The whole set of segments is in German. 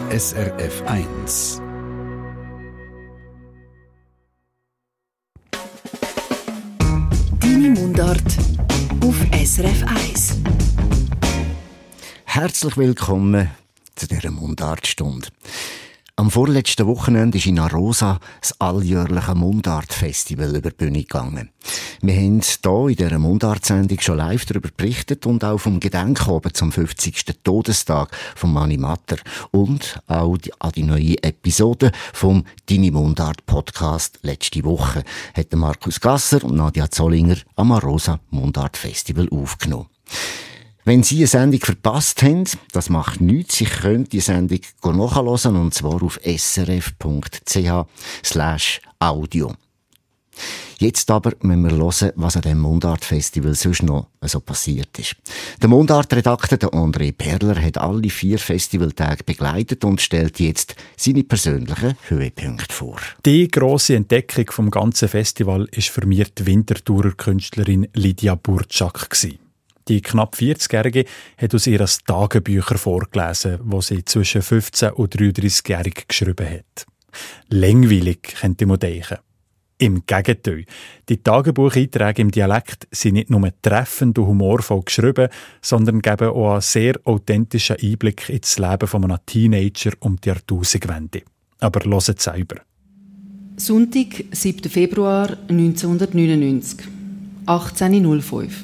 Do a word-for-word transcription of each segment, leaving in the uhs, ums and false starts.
S R F eins. Deine Mundart auf S R F eins. Herzlich willkommen zu dieser Mundartstunde. Am vorletzten Wochenende ist in Arosa das alljährliche Mundart-Festival über die Bühne gegangen. Wir haben hier in dieser Mundart-Sendung schon live darüber berichtet und auch vom Gedenkabend zum fünfzigsten Todestag von Mani Matter und auch die, an die neue Episode vom Deine Mundart-Podcast letzte Woche hat Markus Gasser und Nadja Zollinger am Arosa Mundart-Festival aufgenommen. Wenn Sie eine Sendung verpasst haben, das macht nichts. Sie können die Sendung nachhören, und zwar auf srf punkt c h slash audio. Jetzt aber müssen wir hören, was an diesem Mundart-Festival sonst noch so passiert ist. Der Mundart-Redakteur André Perler hat alle vier Festivaltage begleitet und stellt jetzt seine persönlichen Höhepunkte vor. Die grosse Entdeckung vom ganzen Festival war für mich die Winterthurer Künstlerin Lydia Burczak. Die knapp vierzigjährige hat aus ihren Tagebüchern vorgelesen, die sie zwischen fünfzehn und dreiunddreißigjährig geschrieben hat. Langweilig, könnte man denken. Im Gegenteil. Die Tagebucheinträge im Dialekt sind nicht nur treffend und humorvoll geschrieben, sondern geben auch einen sehr authentischen Einblick ins Leben von einem Teenager um die Jahrtausendwende. Aber hört es selber. Sonntag, siebten Februar neunzehnhundertneunundneunzig, achtzehn Uhr fünf.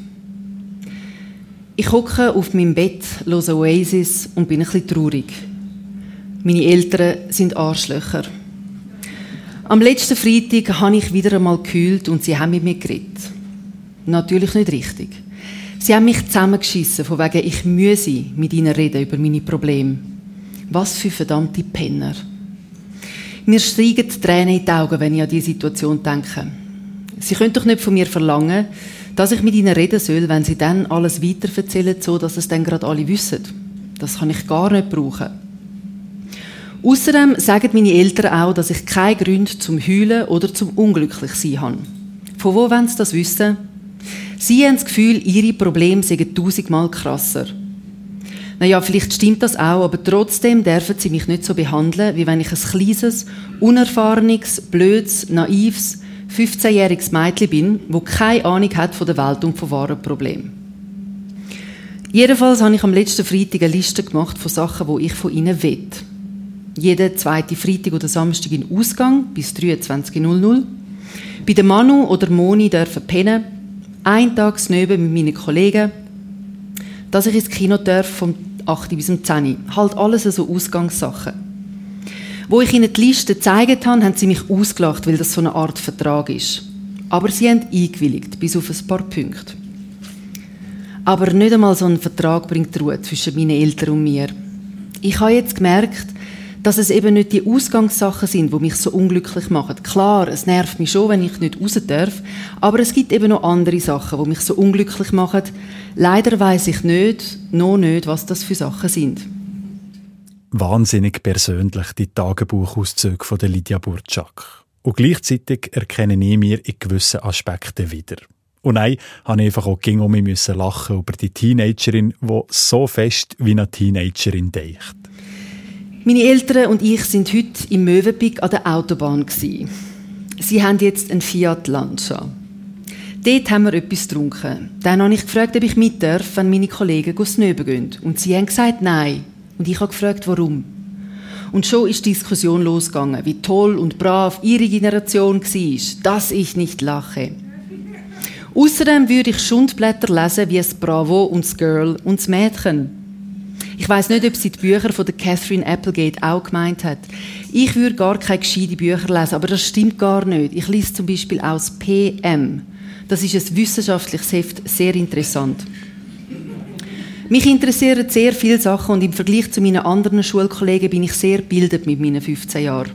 Ich hocke auf meinem Bett, höre Oasis und bin ein bisschen traurig. Meine Eltern sind Arschlöcher. Am letzten Freitag habe ich wieder einmal gekühlt und sie haben mit mir geredet. Natürlich nicht richtig. Sie haben mich zusammengeschissen, von wegen ich müsse mit ihnen reden über meine Probleme. Was für verdammte Penner. Mir steigen die Tränen in die Augen, wenn ich an diese Situation denke. Sie können doch nicht von mir verlangen, dass ich mit ihnen reden soll, wenn sie dann alles weiterverzählen, so dass es dann gerade alle wissen. Das kann ich gar nicht brauchen. Außerdem sagen meine Eltern auch, dass ich keine Gründe zum Heulen oder zum Unglücklichsein habe. Von wo wollen sie das wissen? Sie haben das Gefühl, ihre Probleme seien tausendmal krasser. Naja, vielleicht stimmt das auch, aber trotzdem dürfen sie mich nicht so behandeln, wie wenn ich ein kleines, unerfahrenes, blödes, naives, fünfzehnjähriges Mädchen bin, das keine Ahnung hat von der Welt und von wahren Problemen. Jedenfalls habe ich am letzten Freitag eine Liste gemacht von Sachen, die ich von ihnen will. Jeden zweiten Freitag oder Samstag in Ausgang bis dreiundzwanzig Uhr null null. Bei der Manu oder Moni dürfen pennen. Einen Tag snöben mit meinen Kollegen. Dass ich ins Kino darf vom acht bis um zehn Uhr. Halt alles so Ausgangssachen. Wo ich ihnen die Liste gezeigt habe, haben sie mich ausgelacht, weil das so eine Art Vertrag ist. Aber sie haben eingewilligt, bis auf ein paar Punkte. Aber nicht einmal so ein Vertrag bringt Ruhe zwischen meinen Eltern und mir. Ich habe jetzt gemerkt, dass es eben nicht die Ausgangssachen sind, die mich so unglücklich machen. Klar, es nervt mich schon, wenn ich nicht raus darf, aber es gibt eben noch andere Sachen, die mich so unglücklich machen. Leider weiss ich nicht, noch nicht, was das für Sachen sind. Wahnsinnig persönlich die Tagebuchauszüge von der Lydia Burczak. Und gleichzeitig erkenne ich mir in gewissen Aspekten wieder. Und nein, habe ich einfach auch gegen um mich lachen über die Teenagerin, die so fest wie eine Teenagerin denkt. Meine Eltern und ich sind heute im Mövenpick an der Autobahn gsi. Sie haben jetzt einen Fiat Lancia. Dort haben wir etwas getrunken. Dann habe ich gefragt, ob ich mit darf, wenn meine Kollegen snöben gehen. Und sie haben gesagt, nein. Und ich habe gefragt, warum. Und schon ist die Diskussion losgegangen, wie toll und brav ihre Generation war, dass ich nicht lache. Außerdem würde ich Schundblätter lesen wie das Bravo und das Girl und das Mädchen. Ich weiss nicht, ob sie die Bücher von der Catherine Applegate auch gemeint hat. Ich würde gar keine gescheiten Bücher lesen, aber das stimmt gar nicht. Ich lese zum Beispiel auch das P M. Das ist ein wissenschaftliches Heft, sehr interessant. Mich interessieren sehr viele Sachen und im Vergleich zu meinen anderen Schulkollegen bin ich sehr gebildet mit meinen fünfzehn Jahren.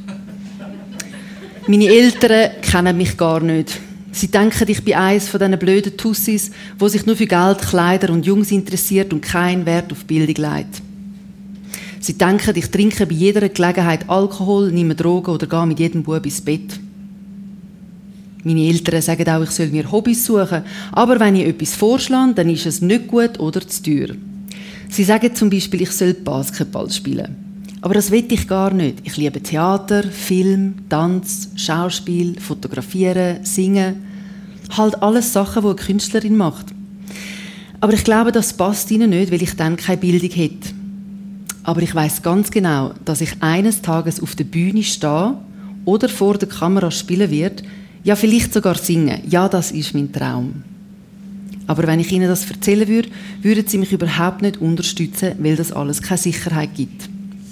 Meine Eltern kennen mich gar nicht. Sie denken, ich bin eines von diesen blöden Tussis, die sich nur für Geld, Kleider und Jungs interessiert und keinen Wert auf Bildung legt. Sie denken, ich trinke bei jeder Gelegenheit Alkohol, nehme Drogen oder gehe mit jedem Bub ins Bett. Meine Eltern sagen auch, ich soll mir Hobbys suchen, aber wenn ich etwas vorschlage, dann ist es nicht gut oder zu teuer. Sie sagen zum Beispiel, ich soll Basketball spielen. Aber das will ich gar nicht. Ich liebe Theater, Film, Tanz, Schauspiel, Fotografieren, Singen. Halt alles Sachen, die eine Künstlerin macht. Aber ich glaube, das passt ihnen nicht, weil ich dann keine Bildung hätte. Aber ich weiss ganz genau, dass ich eines Tages auf der Bühne stehe oder vor der Kamera spielen werde, ja, vielleicht sogar singen. Ja, das ist mein Traum. Aber wenn ich ihnen das erzählen würde, würden sie mich überhaupt nicht unterstützen, weil das alles keine Sicherheit gibt.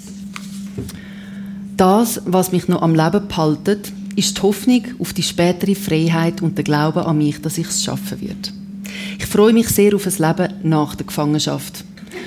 Das, was mich noch am Leben behaltet, ist die Hoffnung auf die spätere Freiheit und der Glaube an mich, dass ich es schaffen werde. Ich freue mich sehr auf ein Leben nach der Gefangenschaft.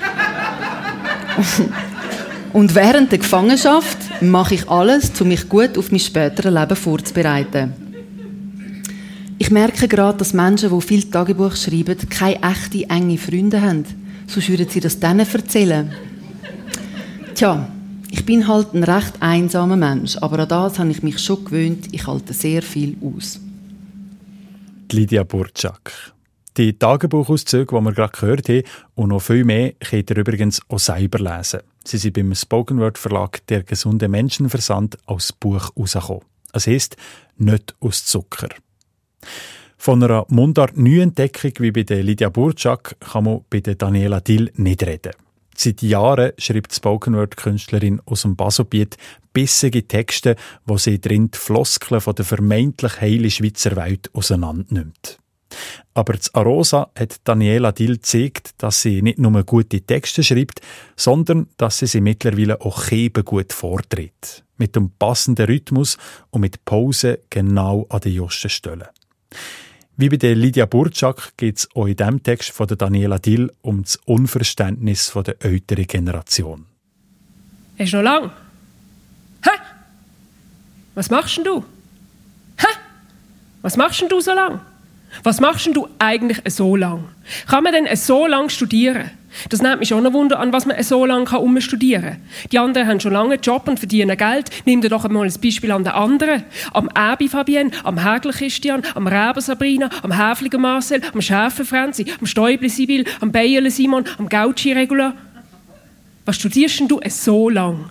Und während der Gefangenschaft mache ich alles, um mich gut auf mein späteres Leben vorzubereiten. Ich merke gerade, dass Menschen, die viel Tagebuch schreiben, keine echten, enge Freunde haben. Sonst würden sie das denen erzählen. Tja, ich bin halt ein recht einsamer Mensch, aber an das habe ich mich schon gewöhnt. Ich halte sehr viel aus. Lydia Burczak. Die Tagebuchauszüge, die wir gerade gehört haben, und noch viel mehr, könnt ihr übrigens auch selber lesen. Sie sind beim Spoken Word Verlag «Der gesunde Menschenversand» als Buch rausgekommen. Es heisst «Nicht aus Zucker». Von einer Mundart-Neuentdeckung wie bei der Lydia Burczak kann man bei der Daniela Dill nicht reden. Seit Jahren schreibt die Spoken-Word-Künstlerin aus dem Baselbiet bissige Texte, wo sie drin die Floskeln von der vermeintlich heilen Schweizer Welt auseinandernimmt. Aber zu Arosa hat Daniela Dill gezeigt, dass sie nicht nur gute Texte schreibt, sondern dass sie sie mittlerweile auch gut vorträgt. Mit dem passenden Rhythmus und mit Pausen genau an den justen Stellen. Wie bei der Lydia Burczak geht es auch in diesem Text von der Daniela Dill um das Unverständnis der älteren Generation. Hast du noch lang? Hä? Was machst denn du? Hä? Was machst denn du so lang? Was machst denn du eigentlich so lang? Kann man denn so lang studieren? Das nimmt mich schon ein Wunder an, was man so lange umstudieren kann. Die anderen haben schon lange einen Job und verdienen Geld. Nimm dir doch einmal ein Beispiel an den anderen. Am Äbi Fabienne, am Hägler Christian, am Reber Sabrina, am Häfliger Marcel, am Schäfer Franzi, am Stäubli Sibyl, am Beierle Simon, am Gauci Regula. Was studierst denn du so lang?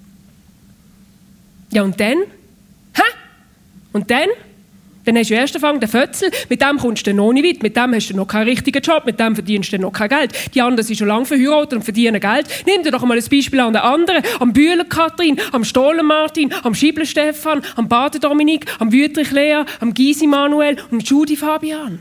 Ja, und dann? Hä? Und dann? Dann hast du erst angefangen, den Fötzel, mit dem kommst du noch nicht weit, mit dem hast du noch keinen richtigen Job, mit dem verdienst du noch kein Geld. Die anderen sind schon lange verheiratet und verdienen Geld. Nimm dir doch mal ein Beispiel an den anderen, am Bühler Kathrin, am Stohlen Martin, am Schiebler Stefan, am Bader Dominik, am Wüttrich Lea, am Gysi Manuel und am Judy Fabian.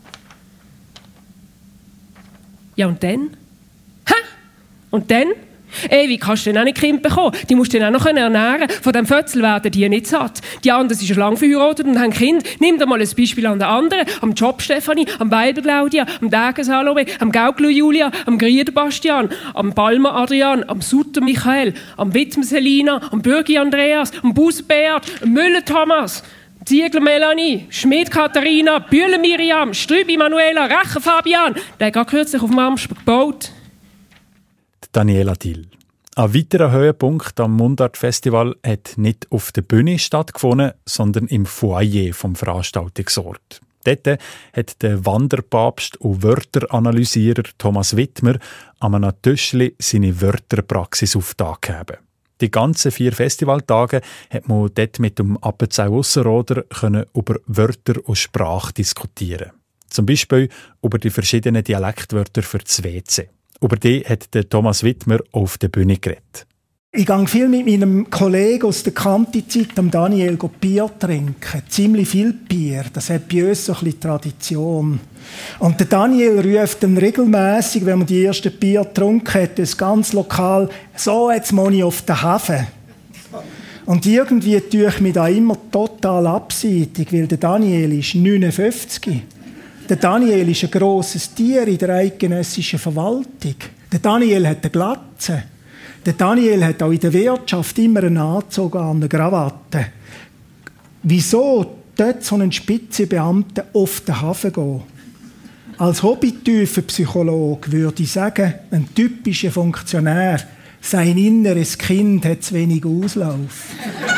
Ja, und dann? Hä? Und dann? Ewig kannst du dann auch nicht Kinder bekommen. Die musst du dann auch noch ernähren. Von diesem Fötzel werden die nicht satt. Die anderen sind schon lange verheiratet und haben Kinder. Nimm dir mal ein Beispiel an den anderen. Am Job Stefanie, am Weiber Claudia, am Degen Salome, am Gauglu Julia, am Grieder Bastian, am Balmer Adrian, am Sutter Michael, am Wittmer Selina, am Bürgi Andreas, am Bus Beat, am Müller Thomas, Ziegler Melanie, Schmidt Katharina, Bühler Miriam, Strübi Manuela, Recher Fabian. Der hat gerade kürzlich auf dem Amsper gebaut. Daniela Dill. Ein weiterer Höhepunkt am Mundart-Festival hat nicht auf der Bühne stattgefunden, sondern im Foyer vom Veranstaltungsort. Dort hat der Wanderpapst und Wörteranalysierer Thomas Wittmer an einem Tischli seine Wörterpraxis aufgegeben. Die ganzen vier Festivaltage hat man dort mit dem Appenzell Ausserrhoder über Wörter und Sprache diskutieren. Zum Beispiel über die verschiedenen Dialektwörter für das W C. Über die hat der Thomas Wittmer auf der Bühne geredet. Ich gehe viel mit meinem Kollegen aus der Kanti-Zeit, dem Daniel, Bier trinken. Ziemlich viel Bier. Das hat bei uns so ein bisschen Tradition. Und der Daniel ruft dann regelmässig, wenn man die ersten Bier getrunken hat, das ganz lokal, so, jetzt muss ich auf den Hafen. Und irgendwie tue ich mich da immer total abseitig, weil der Daniel ist neunundfünfzig. Der Daniel ist ein grosses Tier in der eidgenössischen Verwaltung. Der Daniel hat eine Glatze. Der Daniel hat auch in der Wirtschaft immer einen Anzug an, eine Krawatte. Wieso dort so ein Spitzenbeamter auf den Hafen gehen? Als Hobbytiefenpsychologe würde ich sagen, ein typischer Funktionär, sein inneres Kind hat zu wenig Auslauf.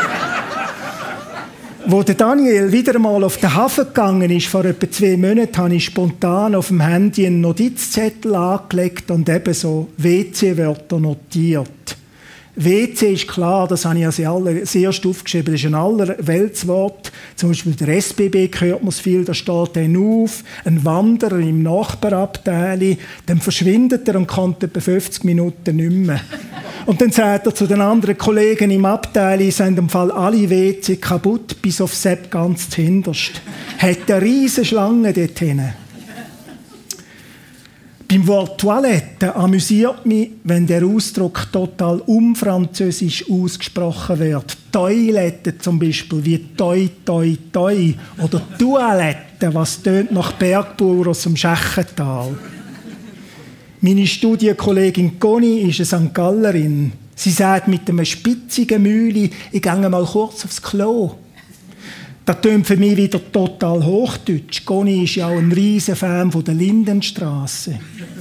Wo der Daniel wieder einmal auf den Hafen gegangen ist, vor etwa zwei Monaten, habe ich spontan auf dem Handy einen Notizzettel angelegt und ebenso W C-Wörter notiert. W C ist klar, das habe ich als allererst aufgeschrieben, das ist ein Allerweltswort. Zum Beispiel der S B B hört man es viel, da steht dann auf, ein Wanderer im Nachbarabteil, dann verschwindet er und kommt etwa fünfzig Minuten nicht mehr. Und dann sagt er zu den anderen Kollegen im Abteil, sind im Fall alle W C kaputt, bis auf Sepp ganz zuhinterst. Hat eine riesige Schlange dort hinten. Beim Wort Toilette amüsiert mich, wenn der Ausdruck total unfranzösisch ausgesprochen wird. Toilette zum Beispiel, wie toi, toi, toi. Oder Toilette, was tönt nach Bergbauer aus dem Schächental. Meine Studienkollegin Conny ist eine Sankt Gallerin. Sie sagt mit einem spitzigen Mühle, ich gehe mal kurz aufs Klo. Das tönt für mich wieder total Hochdeutsch. Conny ist ja auch ein riesen Fan von der Lindenstraße.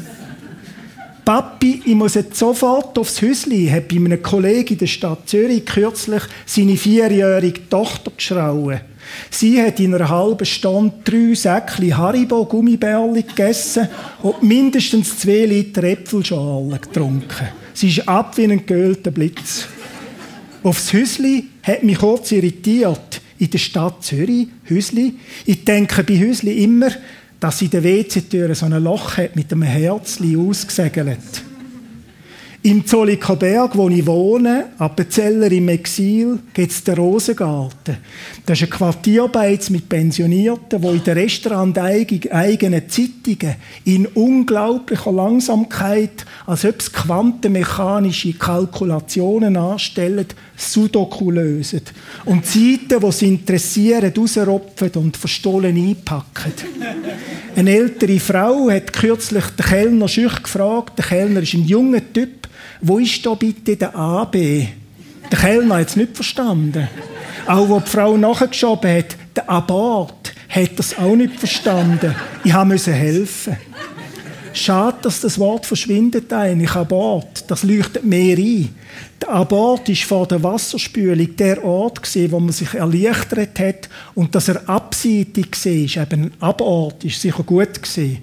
Papi, ich muss jetzt sofort aufs Häusli, hat bei einem Kollegen in der Stadt Zürich kürzlich seine vierjährige Tochter geschrauen. Sie hat in einer halben Stunde drei Säckchen Haribo-Gummibärli gegessen und mindestens zwei Liter Äpfelschale getrunken. Sie ist ab wie ein geölter Blitz. Aufs Häusli hat mich kurz irritiert. In der Stadt Zürich, Häusli. Ich denke bei Häusli immer, dass in der W C-Tür so ein Loch hat mit einem Herzli ausgesegelt. Im Zollikoberg, wo ich wohne, Appenzeller im Exil, gibt es den Rosengarten. Das ist ein Quartierbeiz mit Pensionierten, die in den Restaurant eigenen Zeitungen in unglaublicher Langsamkeit, als ob es quantenmechanische Kalkulationen anstellen, Sudoku lösen. Und Seiten, die sie interessieren, rausropfen und verstohlen einpacken. Eine ältere Frau hat kürzlich den Kellner schüch gefragt, der Kellner ist ein junger Typ, wo ist da bitte der A B? Der Kellner hat es nicht verstanden. Auch wo die Frau nachgeschoben hat, der Abort, hat das auch nicht verstanden. Ich musste helfen. Schade, dass das Wort verschwindet eigentlich, Abort. Das leuchtet mehr ein. Der Abort war vor der Wasserspülung der Ort, wo man sich erleichtert hat. Und dass er abseitig war, eben ein Abort, war sicher gut gewesen.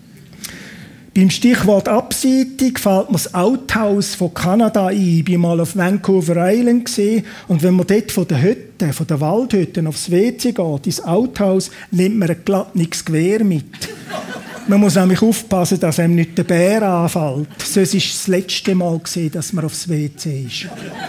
Beim Stichwort abseitig fällt mir das Outhouse von Kanada ein. Ich war mal auf Vancouver Island und wenn man dort von den Hütten, von den Waldhütten aufs W C geht, ins Outhouse, nimmt man ein glattes Gewehr mit. Man muss nämlich aufpassen, dass einem nicht der Bär anfällt. Sonst war es das letzte Mal, dass man aufs W C ist.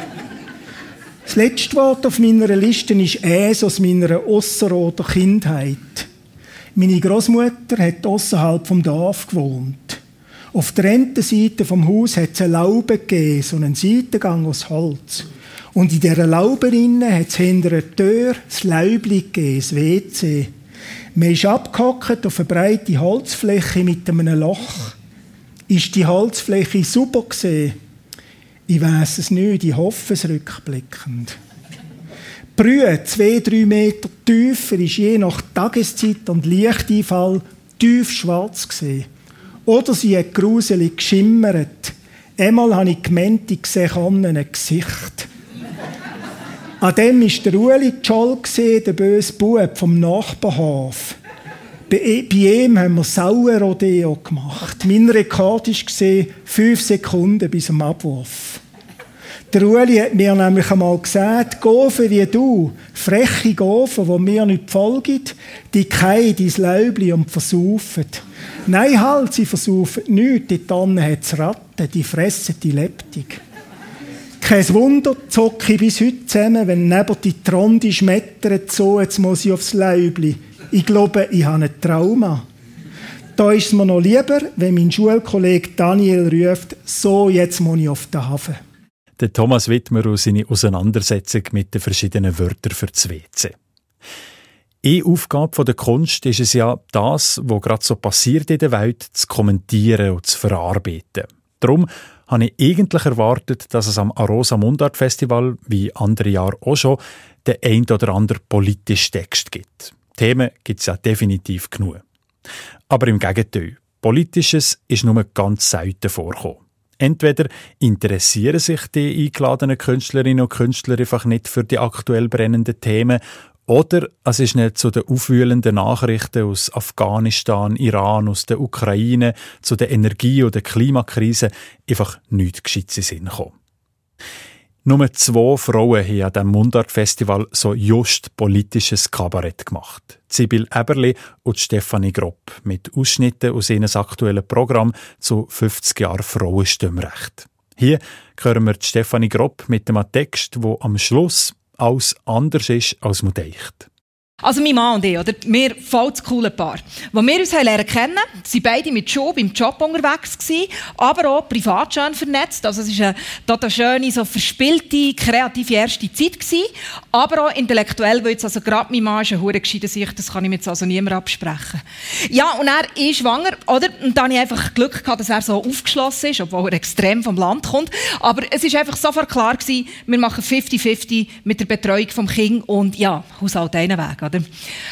Das letzte Wort auf meiner Liste ist «Äs» aus meiner Osseroder Kindheit. Meine Großmutter hat ausserhalb vom Dorf gewohnt. Auf der einen Seite vom Haus hat es eine Laube gegeben, so einen Seitengang aus Holz. Und in dieser Laube hat es hinter der Tür das Läubli gegeben, das W C. Man ist abgehockt auf eine breite Holzfläche mit einem Loch. Ist die Holzfläche super gewesen? Ich weiss es nicht, ich hoffe es rückblickend. Die Brühe, zwei, drei Meter tiefer, ist je nach Tageszeit und Lichteinfall tief schwarz gewesen. Oder sie hat gruselig geschimmert. Einmal habe ich gemeint, ich sehe ein Gesicht. An dem war der Ueli Scholl, der böse Bub vom Nachbarhof. Bei, bei ihm haben wir Sauerrodeo gemacht. Mein Rekord war fünf Sekunden bis zum Abwurf. Der Ueli hat mir nämlich einmal gesagt, Gofen wie du, freche Gofen, die mir nicht folgen, die kein dein Läubli und versaufen. Nein, halt, sie versaufen nichts, die Tanne hat es Ratten, die fressen die lebendig. Kein Wunder, zocke ich bis heute zusammen, wenn neben die Tronde schmettert, so, jetzt muss ich aufs Läubli. Ich glaube, ich habe ein Trauma. Da ist es mir noch lieber, wenn mein Schulkollege Daniel ruft, so, jetzt muss ich auf den Hafen. Der Thomas Wittmer und seine Auseinandersetzung mit den verschiedenen Wörtern für das W C. Eine Aufgabe der Kunst ist es ja, das, was gerade so passiert in der Welt, zu kommentieren und zu verarbeiten. Darum habe ich eigentlich erwartet, dass es am Arosa Mundart Festival, wie andere Jahre auch schon, den ein oder anderen politischen Text gibt. Themen gibt es ja definitiv genug. Aber im Gegenteil, Politisches ist nur ganz selten vorgekommen. Entweder interessieren sich die eingeladenen Künstlerinnen und Künstler einfach nicht für die aktuell brennenden Themen, oder es ist nicht zu den aufwühlenden Nachrichten aus Afghanistan, Iran, aus der Ukraine, zu der Energie- oder Klimakrise einfach nichts Gescheites in den Sinn gekommen. Nur zwei Frauen haben an diesem Mundart-Festival so just politisches Kabarett gemacht. Sibyl Eberli und Stefanie Gropp mit Ausschnitten aus ihrem aktuellen Programm zu fünfzig Jahren Frauenstimmrecht. Hier hören wir Stefanie Gropp mit einem Text, der am Schluss alles anders ist, als man denkt. Also mein Mann und ich, oder? Wir voll das coole Paar. Als wir uns lernen kennen, waren beide mit Job im Job unterwegs gewesen, aber auch privat schön vernetzt. Also es war eine total schöne, so verspielte, kreative erste Zeit gewesen, aber auch intellektuell, weil jetzt also gerade mein Mann ist ein hure gescheiter Sicht, das kann ich mir jetzt also niemand absprechen. Ja, und er ist schwanger, oder? Und dann hatte ich einfach Glück gehabt, dass er so aufgeschlossen ist, obwohl er extrem vom Land kommt. Aber es ist einfach sofort klar gewesen, wir machen fünfzig fünfzig mit der Betreuung vom Kind und ja, Haushalt einen Weg, oder?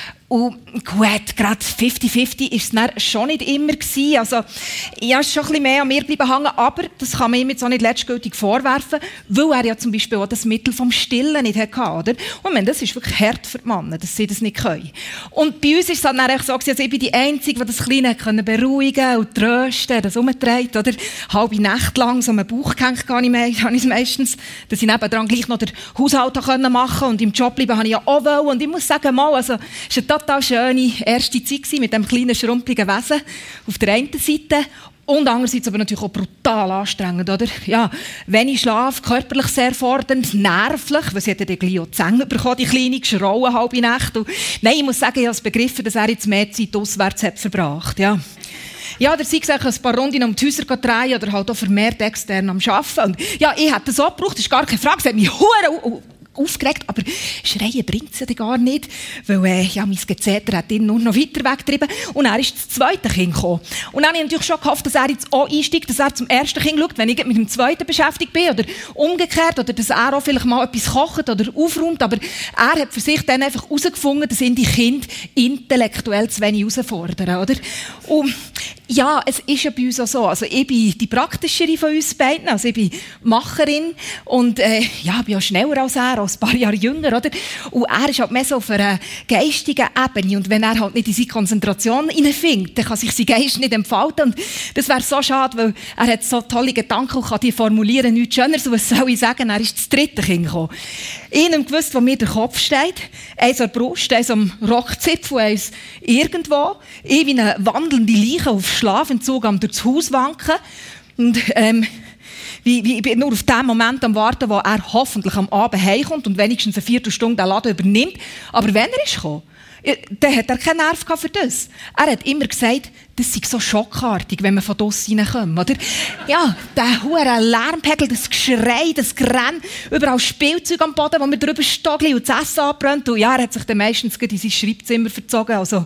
Und gut, gerade fünfzig fünfzig war es dann schon nicht immer gewesen. Also, ja, es ist schon ein bisschen mehr an mir geblieben hängen, aber das kann man ihm jetzt auch nicht letztgültig vorwerfen, weil er ja zum Beispiel auch das Mittel vom Stillen nicht hatte, oder? Und meine, das ist wirklich hart für die Männer, dass sie das nicht können. Und bei uns ist es dann auch so, also ich bin die Einzige, die das Kleine beruhigen und trösten, das umdreht, oder? Halbe Nacht lang so einen Bauch gehängt, gar nicht mehr, habe ich meistens, dass ich nebendran gleich noch den Haushalt machen konnte und im Job bleiben habe ich ja auch wollen. Und ich muss sagen, mal, also, es ist eine total schöne erste Zeit mit dem kleinen, schrumpeligen Wesen auf der einen Seite und andererseits aber natürlich auch brutal anstrengend, oder? Ja, wenig Schlaf, körperlich sehr fordernd, nervlich, weil sie hat ja dann gleich auch die Zähne bekommen, die kleine, geschrauen halbe Nacht. Und nein, ich muss sagen, ich habe es begriffen, dass er jetzt mehr Zeit auswärts hat verbracht, ja. Ja, der sei gesagt, ein paar Runden um die Häuser drehen oder halt auch vermehrt extern am Arbeiten. Und ja, ich hätte das auch gebraucht, das ist gar keine Frage, es hat mich hure aufgeregt, aber Schreien bringt es ja gar nicht, weil äh, ja, mein Gezeter hat ihn nur noch weiter weggetrieben und er ist das zweite Kind gekommen. Und dann habe ich natürlich schon gehofft, dass er jetzt auch einsteigt, dass er zum ersten Kind schaut, wenn ich mit dem zweiten beschäftigt bin oder umgekehrt oder dass er auch vielleicht mal etwas kocht oder aufräumt, aber er hat für sich dann einfach herausgefunden, dass ihn die Kinder intellektuell zu wenig herausfordern, oder? Und ja, es ist ja bei uns auch so, also ich bin die praktischere von uns beiden, also ich bin Macherin und äh, ja, bin auch schneller als er, als ein paar Jahre jünger, oder? Und er ist halt mehr so auf einer geistigen Ebene und wenn er halt nicht in seine Konzentration hineinfindet, dann kann sich sein Geist nicht entfalten und das wäre so schade, weil er hat so tolle Gedanken und kann die formulieren, nichts Schöneres, und was soll ich sagen, er ist das dritte Kind gekommen. Ich habe gewusst, wo mir der Kopf steht, eins an der Brust, eins am Rockzipfel, eins irgendwo, ich wie eine wandelnde Leiche auf Schlafentzug am durch das Haus wanken und ähm, Wie, wie, ich bin nur auf den Moment am Warten, wo er hoffentlich am Abend heimkommt und wenigstens eine Viertelstunde den Laden übernimmt. Aber wenn er ist gekommen, dann hat er keinen Nerv für das. Er hat immer gesagt, das sei so schockartig, wenn man von draussen reinkommt, oder? Ja, der hohe Lärmpegel, das Geschrei, das Gerenn, überall Spielzeug am Boden, wo man drüber stogelt und das Essen abbrennt. Und ja, er hat sich dann meistens in sein Schreibzimmer verzogen, also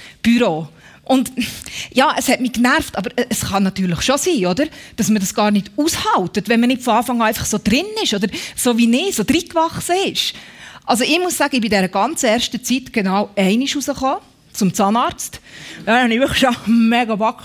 Büro. Und ja, es hat mich genervt, aber es kann natürlich schon sein, oder? Dass man das gar nicht aushält, wenn man nicht von Anfang an einfach so drin ist oder so wie ich, so drin gewachsen ist. Also ich muss sagen, ich bin in dieser ganz ersten Zeit genau einmal rausgekommen, zum Zahnarzt. Ja, dann hatte ich wirklich schon mega Bock.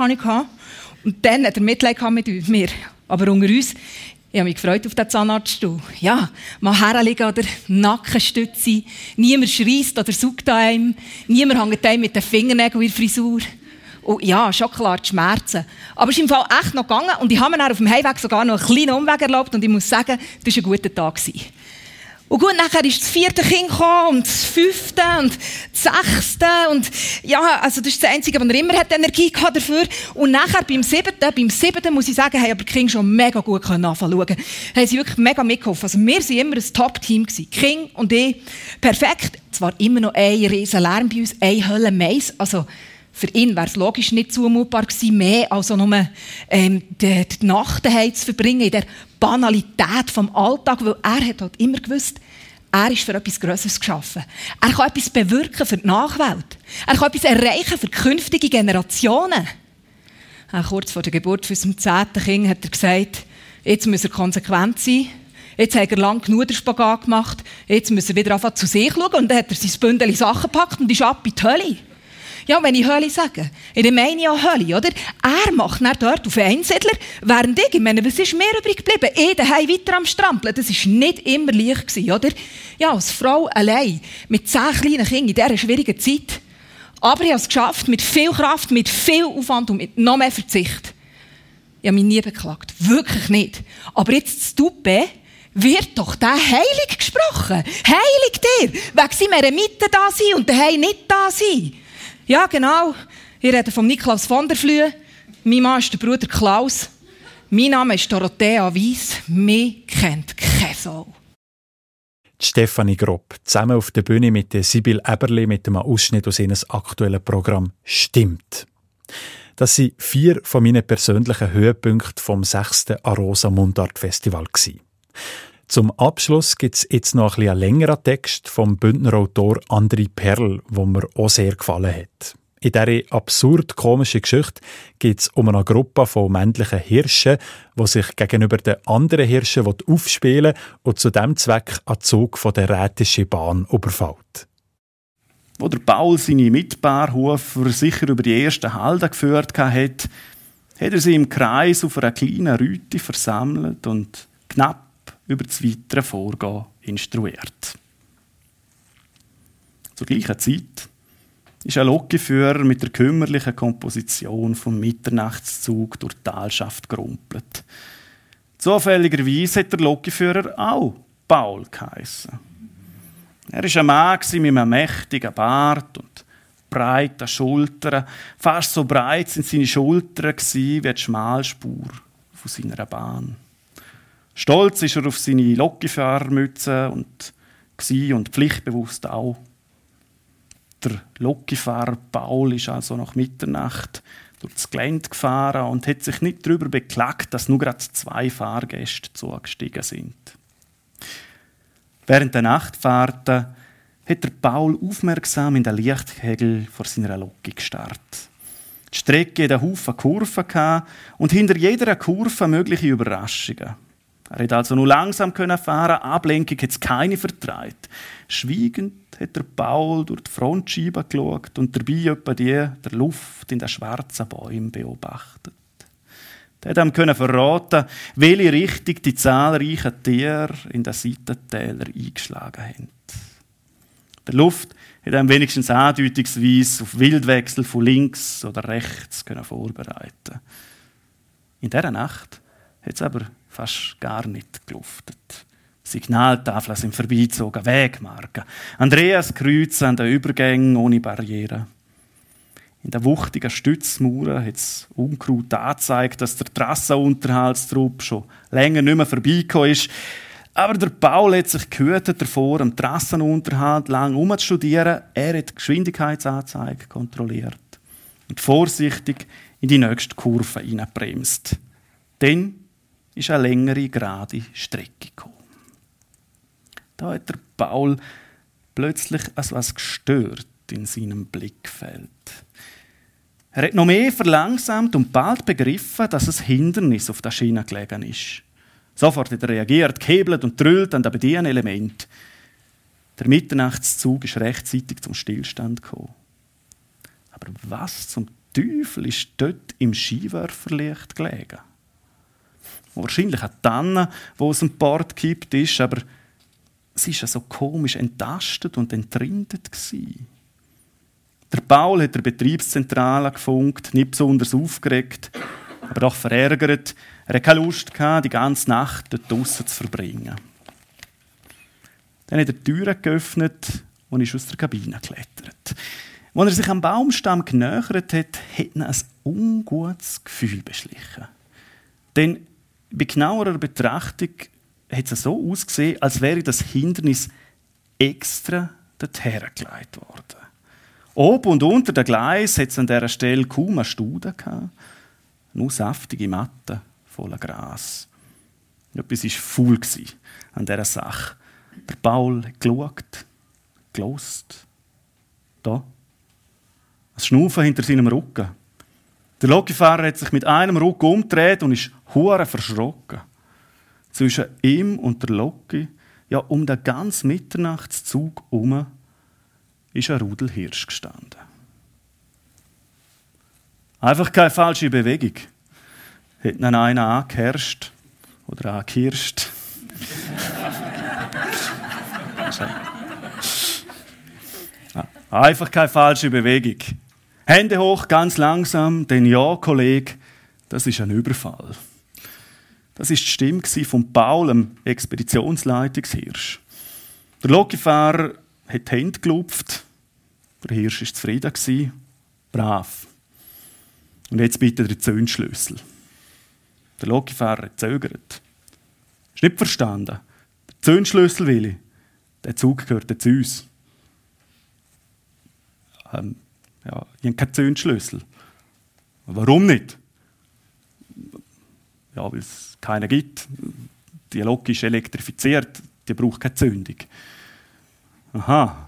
Und dann hat er Mitleid mit mir. Aber unter uns, ich habe mich gefreut auf den Zahnarztstuhl. Ja, mal herlegen oder Nackenstütze. Niemand schreist oder saugt an einem. Niemand hängt einem mit den Fingernägeln in der Frisur. Und ja, schon klar, die Schmerzen. Aber es ist im Fall echt noch gegangen. Und ich habe mir dann auf dem Heimweg sogar noch einen kleinen Umweg erlaubt. Und ich muss sagen, das war ein guter Tag. Und gut, nachher ist das vierte Kind gekommen, und das fünfte, und das sechste, und ja, also das ist das Einzige, was er immer hat Energie gehabt dafür. Und nachher beim siebten, beim siebten muss ich sagen, haben aber die Kinder schon mega gut anfangen schauen. Haben sie wirklich mega mitgeholfen. Also wir waren immer ein Top-Team gewesen. Die Kinder und ich, perfekt. Zwar immer noch ein riesen Lärm bei uns, eine Hölle Mais, also für ihn wäre es logisch nicht zumutbar gewesen, mehr als nur ähm, die, die Nacht daheim zu verbringen, in der Banalität vom Alltag, weil er hat halt immer gewusst, er ist für etwas Grösseres geschaffen. Er kann etwas bewirken für die Nachwelt. Er kann etwas erreichen für künftige Generationen. Auch kurz vor der Geburt von unserem zehnten Kind hat er gesagt, jetzt muss er konsequent sein. Jetzt hat er lang genug den Spagat gemacht. Jetzt muss er wieder anfangen zu sich schauen. Und dann hat er sein Bündel Sachen gepackt und ist ab in die Hölle. Ja, wenn ich Hölle sage, ich meine ja Hölle, oder? Er macht dann dort auf Einsiedler, während ich, ich meine, was ist mir übrig geblieben? Ich daheim weiter am Strampeln. Das war nicht immer leicht gewesen, oder? Ja, als Frau allein, mit zehn kleinen Kindern in dieser schwierigen Zeit. Aber ich habe es geschafft, mit viel Kraft, mit viel Aufwand und mit noch mehr Verzicht. Ich habe mich nie beklagt. Wirklich nicht. Aber jetzt das Toupet wird doch der heilig gesprochen. Heilig dir, wegen seinem Eremiten da sein und daheim nicht da sein. Ja, genau. Ich rede vom Niklaus von der Flühe. Mein Mann ist der Bruder Klaus. Mein Name ist Dorothea Weiss. Mich kennt keine Sau. Stefanie Grob, zusammen auf der Bühne mit der Sibyl Eberli mit einem Ausschnitt aus ihrem aktuellen Programm «Stimmt». Das waren vier von meinen persönlichen Höhepunkten vom sechsten Arosa Mundart Festival. Zum Abschluss gibt es jetzt noch ein bisschen längerer Text vom Bündner Autor André Perl, der mir auch sehr gefallen hat. In dieser absurd komischen Geschichte geht es um eine Gruppe von männlichen Hirschen, die sich gegenüber den anderen Hirschen aufspielen und zu diesem Zweck einen Zug von der Rätischen Bahn überfällt. Wo der Paul seine Mitpaarhufer sicher über die ersten Halden geführt hat, hat er sie im Kreis auf einer kleinen Rüte versammelt und knapp über das weitere Vorgehen instruiert. Zur gleichen Zeit ist ein Lokführer mit der kümmerlichen Komposition vom Mitternachtszug durch die Talschaft gerumpelt. Zufälligerweise hat der Lokführer auch Paul geheissen. Er war ein Mann mit einem mächtigen Bart und breiten Schultern. Fast so breit sind seine Schultern wie die Schmalspur von seiner Bahn. Stolz ist er auf seine Lokführermütze und, und pflichtbewusst auch. Der Lokifahrer Paul ist also nach Mitternacht durch das Gelände gefahren und hat sich nicht darüber beklagt, dass nur gerade zwei Fahrgäste zugestiegen sind. Während der Nachtfahrten hat der Paul aufmerksam in den Lichtkegel vor seiner Loki gestarrt. Die Strecke hatte einen Haufen Kurven und hinter jeder Kurve mögliche Überraschungen. Er konnte also nur langsam fahren, Ablenkung hat es keine vertreibt. Schweigend hat der Paul durch die Frontscheibe geschaut und dabei etwa die der Luft in den schwarzen Bäumen beobachtet. Er konnte ihm verraten, welche Richtung die zahlreichen Tiere in den Seitentälern eingeschlagen haben. Der Luft hat ihm wenigstens andeutungsweise auf Wildwechsel von links oder rechts vorbereiten. In dieser Nacht hat es aber fast gar nicht geluftet. Signaltafeln sind vorbeigezogen, Wegmarken. Andreaskreuze an den Übergängen ohne Barrieren. In den wuchtigen Stützmauern hat es Unkraut angezeigt, dass der Trassenunterhaltstrupp schon länger nicht mehr vorbeigekommen ist. Aber der Paul hat sich gehütet davor, am Trassenunterhalt lang umzustudieren. Er hat die Geschwindigkeitsanzeige kontrolliert und vorsichtig in die nächste Kurve hineingebremst. Dann ist eine längere, gerade Strecke gekommen. Da hat der Paul plötzlich etwas gestört in seinem Blickfeld. Er hat noch mehr verlangsamt und bald begriffen, dass ein Hindernis auf der Schiene gelegen ist. Sofort hat er reagiert, gehebelt und drüllt an den Bedienelement. Der Mitternachtszug ist rechtzeitig zum Stillstand gekommen. Aber was zum Teufel ist dort im Skiwerferlicht gelegen? Wahrscheinlich eine Tanne, die aus dem Bord gekippt ist, aber sie war so komisch entastet und entrindet gewesen. Der Paul hat der Betriebszentrale gefunkt, nicht besonders aufgeregt, aber doch verärgert. Er hatte keine Lust gehabt, die ganze Nacht dort draussen zu verbringen. Dann hat er die Türe geöffnet und ist aus der Kabine geklettert. Als er sich am Baumstamm genähert hat, hat ihn ein ungutes Gefühl beschlichen. Denn bei genauerer Betrachtung hat es so ausgesehen, als wäre das Hindernis extra dorthin gelegt worden. Oben und unter dem Gleis hat es an dieser Stelle kaum eine Staude gehabt, nur saftige Matten voller Gras. Etwas war faul an dieser Sache. Der Paul hat geschaut, gelost. Da, ein Schnaufen hinter seinem Rücken. Der Lokifahrer hat sich mit einem Ruck umgedreht und ist hure verschrocken. Zwischen ihm und der Loki, ja um den ganzen Mitternachtszug herum, ist ein Rudel Hirsch gestanden. Einfach keine falsche Bewegung. Hat ihn einer angehirscht oder angehirscht. Einfach keine falsche Bewegung. Hände hoch, ganz langsam, denn ja, Kollege, das ist ein Überfall. Das war die Stimme von Paul, dem Expeditionsleitungshirsch. Der Lokifahrer hat die Hände gelupft. Der Hirsch war zufrieden. Brav. Und jetzt bitte den Zündschlüssel. Der Lokifahrer hat zögert. Hast du nicht verstanden? Der Zündschlüssel, Willi. Der Zug gehört zu uns. Ähm, ja, ich habe keinen Zündschlüssel. Warum nicht? Ja, weil es keinen gibt. Die Lok ist elektrifiziert, die braucht keine Zündung. Aha.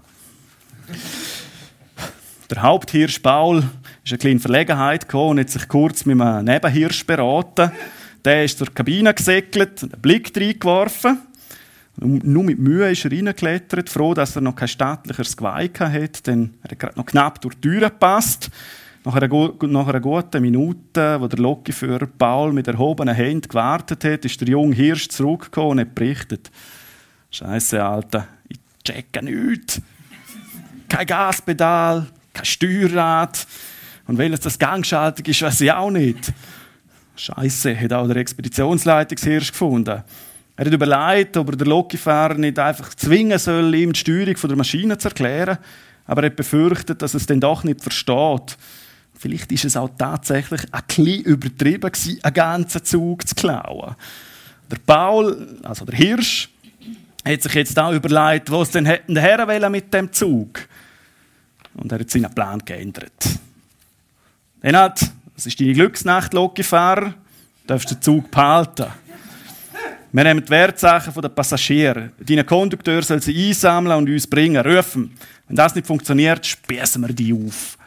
Der Haupthirsch Paul ist eine kleine Verlegenheit gekommen und hat sich kurz mit einem Nebenhirsch beraten. Der ist zur Kabine gesegelt und einen Blick reingeworfen. Nur mit Mühe ist er reingeklettert, froh, dass er noch kein stattlicheres Geweih hatte. Dann hat er gerade noch knapp durch die Tür gepasst. Nach einer, nach einer guten Minute, wo der Lokführer Paul mit erhobenen Händen gewartet hat, ist der junge Hirsch zurückgekommen und hat berichtet: Scheisse, Alter, ich checke nichts. Kein Gaspedal, kein Steuerrad. Und welches das Gangschaltung ist, weiß ich auch nicht. Scheisse, hat auch der Expeditionsleitungshirsch gefunden. Er hat überlegt, ob er den Lokifahrer nicht einfach zwingen soll, ihm die Steuerung von der Maschine zu erklären. Aber er hat befürchtet, dass er es dann doch nicht versteht. Vielleicht war es auch tatsächlich ein bisschen übertrieben gewesen, einen ganzen Zug zu klauen. Der Paul, also der Hirsch, hat sich jetzt auch überlegt, was denn hätten der Herr wollen mit dem Zug. Und er hat seinen Plan geändert. Dann hat, das ist deine Glücksnacht, Lokifahrer, du darfst den Zug behalten. Wir nehmen die Wertsachen der Passagiere. Dein Kondukteur soll sie einsammeln und uns bringen, rufen. Wenn das nicht funktioniert, spießen wir die auf.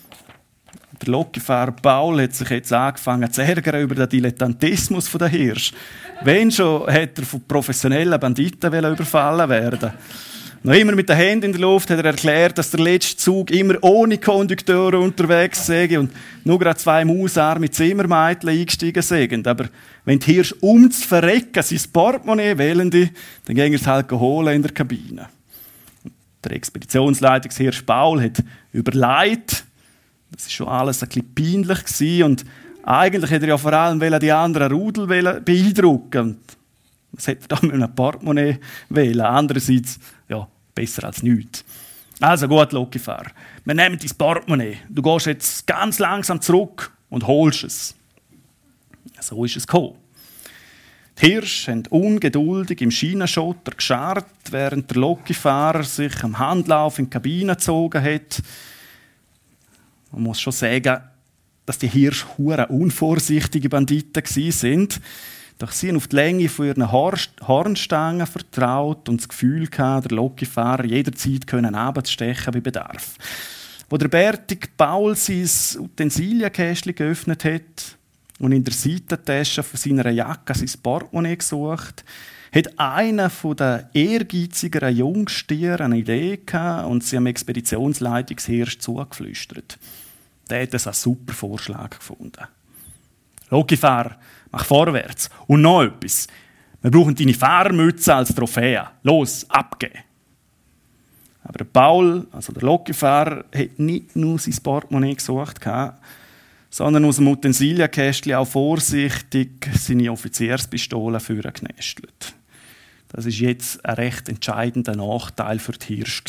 Der Lokifahrer Paul hat sich jetzt angefangen zu ärgern über den Dilettantismus der Hirsch. Wenn schon, hätte er von professionellen Banditen überfallen werden. Noch immer mit den Händen in der Luft hat er erklärt, dass der letzte Zug immer ohne Kondukteure unterwegs sei und nur gerade zwei mausarme Zimmermädchen eingestiegen seien. Aber wenn die Hirsch um zu verrecken sein Portemonnaie wählen, dann gehen es halt holen in der Kabine. Der Expeditionsleitungshirsch Paul hat überlegt, das war schon alles ein bisschen peinlich gewesen, und eigentlich hätte er ja vor allem die anderen Rudel beeindrucken. Und das hätte er da mit einem Portemonnaie wählen. Andererseits, ja, besser als nichts. Also gut, Lokifahrer. Wir nehmen dein Portemonnaie. Du gehst jetzt ganz langsam zurück und holst es. So ist es gekommen. Die Hirsche haben ungeduldig im Schienenschotter gescharrt, während der Lokifahrer sich am Handlauf in die Kabine gezogen hat. Man muss schon sagen, dass die Hirsche hure unvorsichtige Banditen sind. Doch sie haben auf die Länge von ihren Hornstangen vertraut und das Gefühl gehabt, der Lokifahrer jederzeit können abzustechen bei Bedarf. Wo der bärtige Paul sein Utensilienkästchen geöffnet hat und in der Seitentasche von seiner Jacke sein Portemonnaie gesucht, hat einer der ehrgeizigeren Jungstiere eine Idee gehabt und sie am Expeditionsleitungshirsch zugeflüstert. Der hat das einen super Vorschlag gefunden. Lokifahrer, mach vorwärts. Und noch etwas. Wir brauchen deine Fahrermütze als Trophäe. Los, abgeben. Aber der Paul, also der Lokifahrer, hat nicht nur sein Portemonnaie gesucht, sondern aus dem Utensilienkästchen auch vorsichtig seine Offizierspistole vorgenestelt. Das ist jetzt ein recht entscheidender Nachteil für die Hirsch.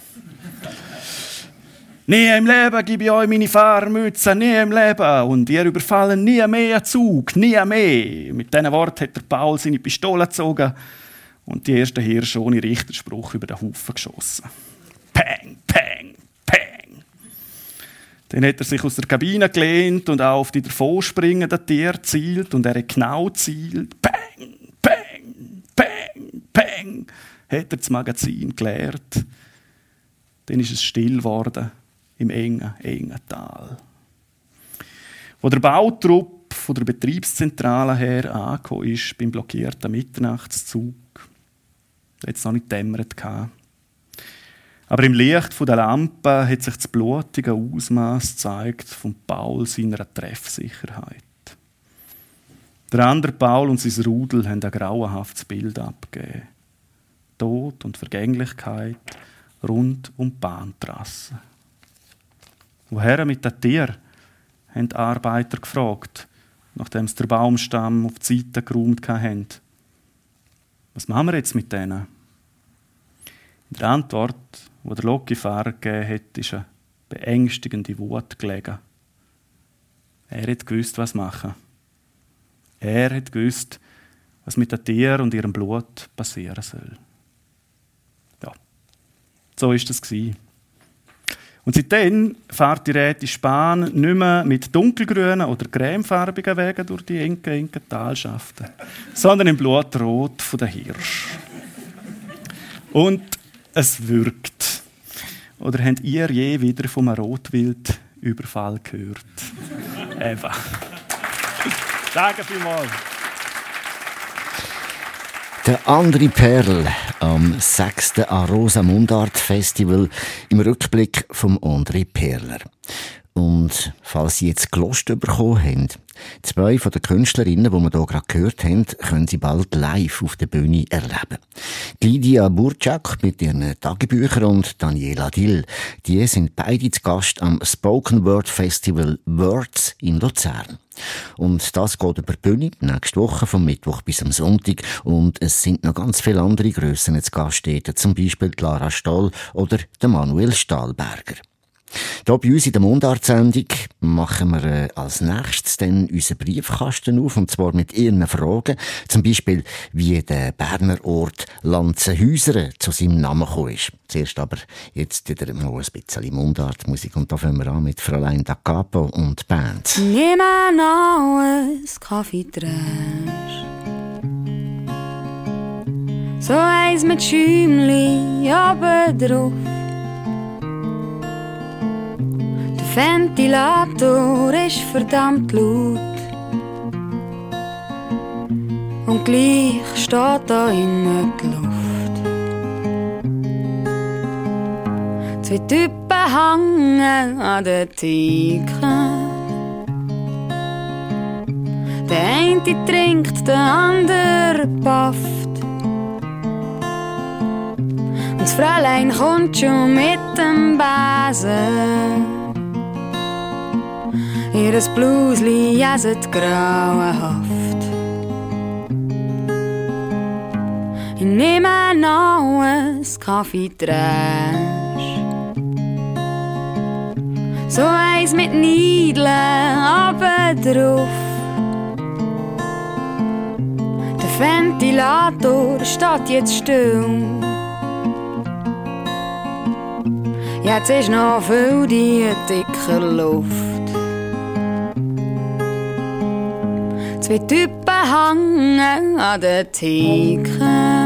Nie im Leben gebe ich euch meine Fahrermütze, nie im Leben. Und ihr überfallen nie mehr einen Zug, nie mehr. Mit diesen Worten hat der Paul seine Pistole gezogen und die ersten Hirsche ohne Richterspruch über den Haufen geschossen. Peng, peng, peng. Dann hat er sich aus der Kabine gelehnt und auch auf die davonspringenden Tiere gezielt und er hat genau gezielt. Peng, peng, peng, peng. Hat er das Magazin geleert. Dann ist es still geworden im engen, engen Tal. Wo der Bautrupp von der Betriebszentrale her angekommen ist, beim blockierten Mitternachtszug, da hat es noch nicht gedämmert. Aber im Licht der Lampe hat sich das blutige Ausmaß gezeigt von Paul seiner Treffsicherheit. Der andere Paul und sein Rudel haben ein grauenhaftes Bild abgegeben. Tod und Vergänglichkeit rund um die Bahntrasse. Woher mit den Tieren? Haben die Arbeiter gefragt. nachdem sie den Baumstamm auf die Seite geräumt hatten. Was machen wir jetzt mit denen? In der Antwort, die der Lokifahrer gegeben hat, ist eine beängstigende Wut gelegen. Er hat gewusst, was machen. Er hat gewusst, was mit den Tieren und ihrem Blut passieren soll. Ja, so war das. Und seitdem fährt die Räte Spahn nicht mehr mit dunkelgrünen oder cremefarbigen Wegen durch die engen, engen Talschaften, sondern im Blutrot von der Hirsch. Und es wirkt. Oder habt ihr je wieder vom Rotwildüberfall gehört? Eva. Danke vielmals. Der André Perl am sechsten Arosa Mundart Festival im Rückblick vom André Perler. Und falls Sie jetzt Lust bekommen haben, zwei von den Künstlerinnen, die wir hier gerade gehört haben, können Sie bald live auf der Bühne erleben. Lidia Burczak mit ihren Tagebüchern und Daniela Dill, die sind beide zu Gast am Spoken Word Festival Words in Luzern. Und das geht über die Bühne nächste Woche vom Mittwoch bis am Sonntag. Und es sind noch ganz viele andere Grössen zu Gast, zum Beispiel Clara Stoll oder der Manuel Stahlberger. Hier bei uns in der Mundart-Sendung machen wir äh, als nächstes dann unseren Briefkasten auf, und zwar mit Ihren Fragen. Zum Beispiel, wie der Berner Ort Lanzenhäusern zu seinem Namen gekommen ist. Zuerst aber jetzt wieder mal ein bisschen Mundartmusik, und da fangen wir an mit Fräulein Da Capo und Band. Nimm ein neues Kaffee trinkst, so eins mit Schäumli oben drauf. Der Ventilator ist verdammt laut und gleich steht da innen die Luft. Zwei Typen hängen an der Theke. Der eine trinkt, der andere pafft. Und das Fräulein kommt schon mit dem Besen. Ihres Blusli jäset grauenhaft. Ich nehme ein neues Kaffeetrash, so eins mit Niedeln oben drauf. Der Ventilator steht jetzt still. Jetzt ist noch viel die dicke Luft. Zwei Typen hängen an der Theke.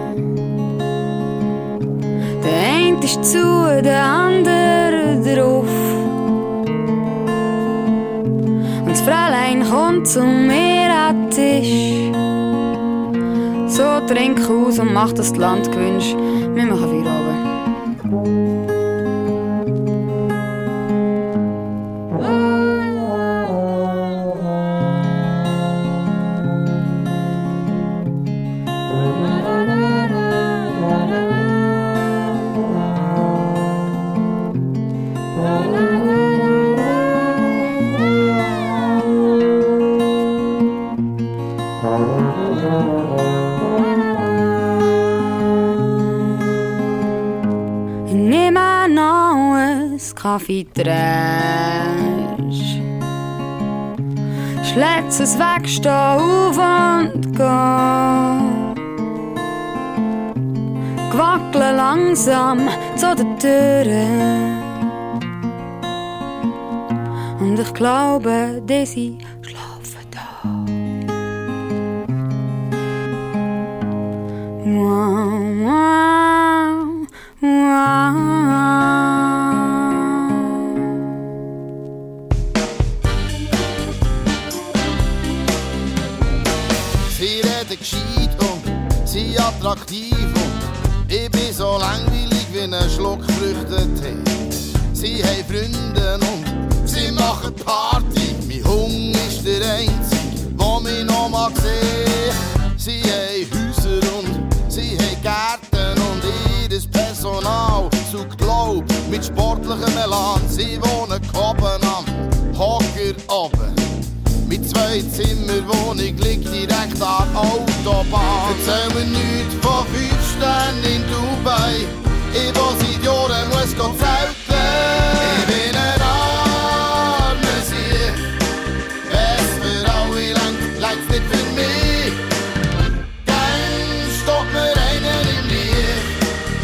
Der eine ist zu, der andere drauf. Und das Fräulein kommt zu mir an den Tisch. So trink aus und macht das Land gewünscht. Wir machen Feierabend. Kaffeetrash, schlätz es weg, steh auf und geh. Gewackle langsam zu der Türe. Und ich glaube, Desi schlafen da. Wow, wow, wow. Sie attraktiv und ich bin so langweilig wie ein Schluck Früchtetee. Sie haben Freunde und sie machen Party. Mein Hunger ist der einzige, der mich noch mal sieht. Sie haben Häuser und sie haben Gärten und ihr Personal sucht Laub mit sportlichem Elan. Sie wohnen oben am Hocker oben mit Zwei-Zimmer-Wohnung liegt direkt an der Autobahn. Erzähl mir nichts von fünf Sternen in Dubai. Ich, wo seit Jahren muss gehen zelten. Ich bin ein armer Sieg. Wes für alle lenkt, lenkt's nicht für mich. Dann stoppt mir einer im Licht.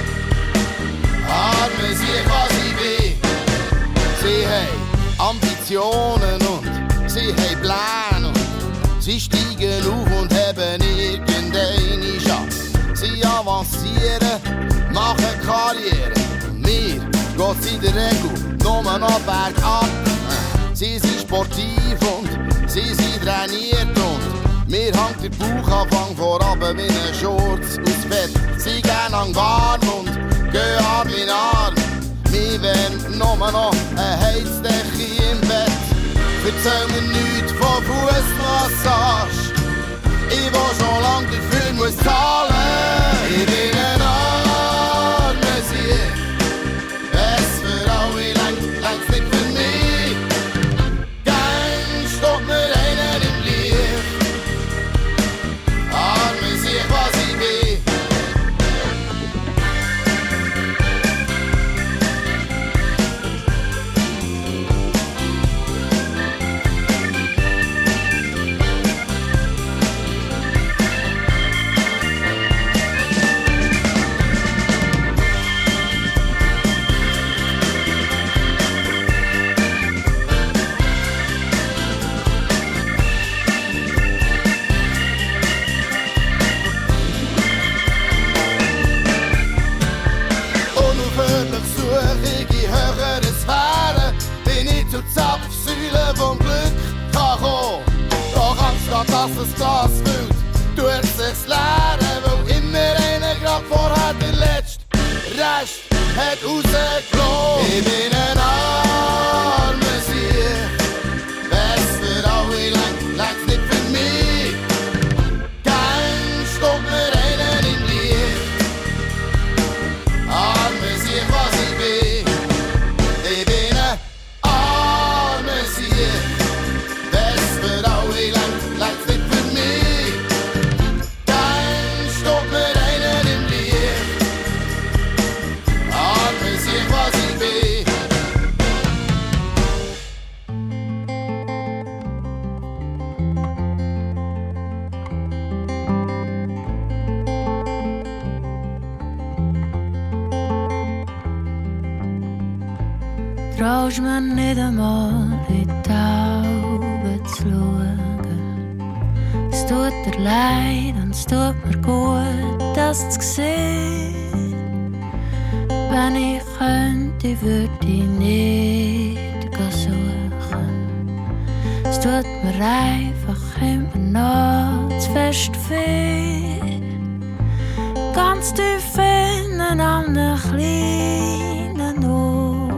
Armer Sieg, was ich bin. Sie haben Ambitionen und sie haben Pläne und sie steigen auf und haben irgendeine Chance. Sie avancieren, machen Karriere. Und mir geht's in der Regel nur noch bergab. Sie sind sportiv und sie sind trainiert und mir hängt der Bauchanfang vorab wie ein Schurz aus Fett. Sie gehen an warm und gehen Arm in Arm. Wir wärmt nur noch eine Heizdecke im Bett. Erzähl mir nichts von Fußmassage. Ich will schon lange dafür muss zahlen. Ich bin ein armer Sieg. Wes für alle lenkt, lenkt's nicht für mich. Dann stoppt mir einer im Licht. Armer Sieg, was ich bin. Zapfsäule vom Glück kann kommen. Doch anstatt dass es Glas füllt, tut sich's leeren, weil immer einer grad vorher den letzten Rest hat rausgelassen. Ich bin ein armer Sieg. Wes für alle lenkt, lenkt's nicht für mich. Dann stoppt mir einer im Licht. Armer Sieg, was ich bin. Ich bin ein Wes für alle lenkt, lenkt's nicht für mich. Dann stoppt mir einer im Licht. Armer Sieg, was ich bin. Traust mir nicht einmal in die Augen zu schauen. Es tut dir leid und es tut mir gut, das zu sehen. Wenn ich könnte, würde ich nicht suchen. Es tut mir einfach immer noch zu fest weh. Ganz tief innen an einem kleinen Ort.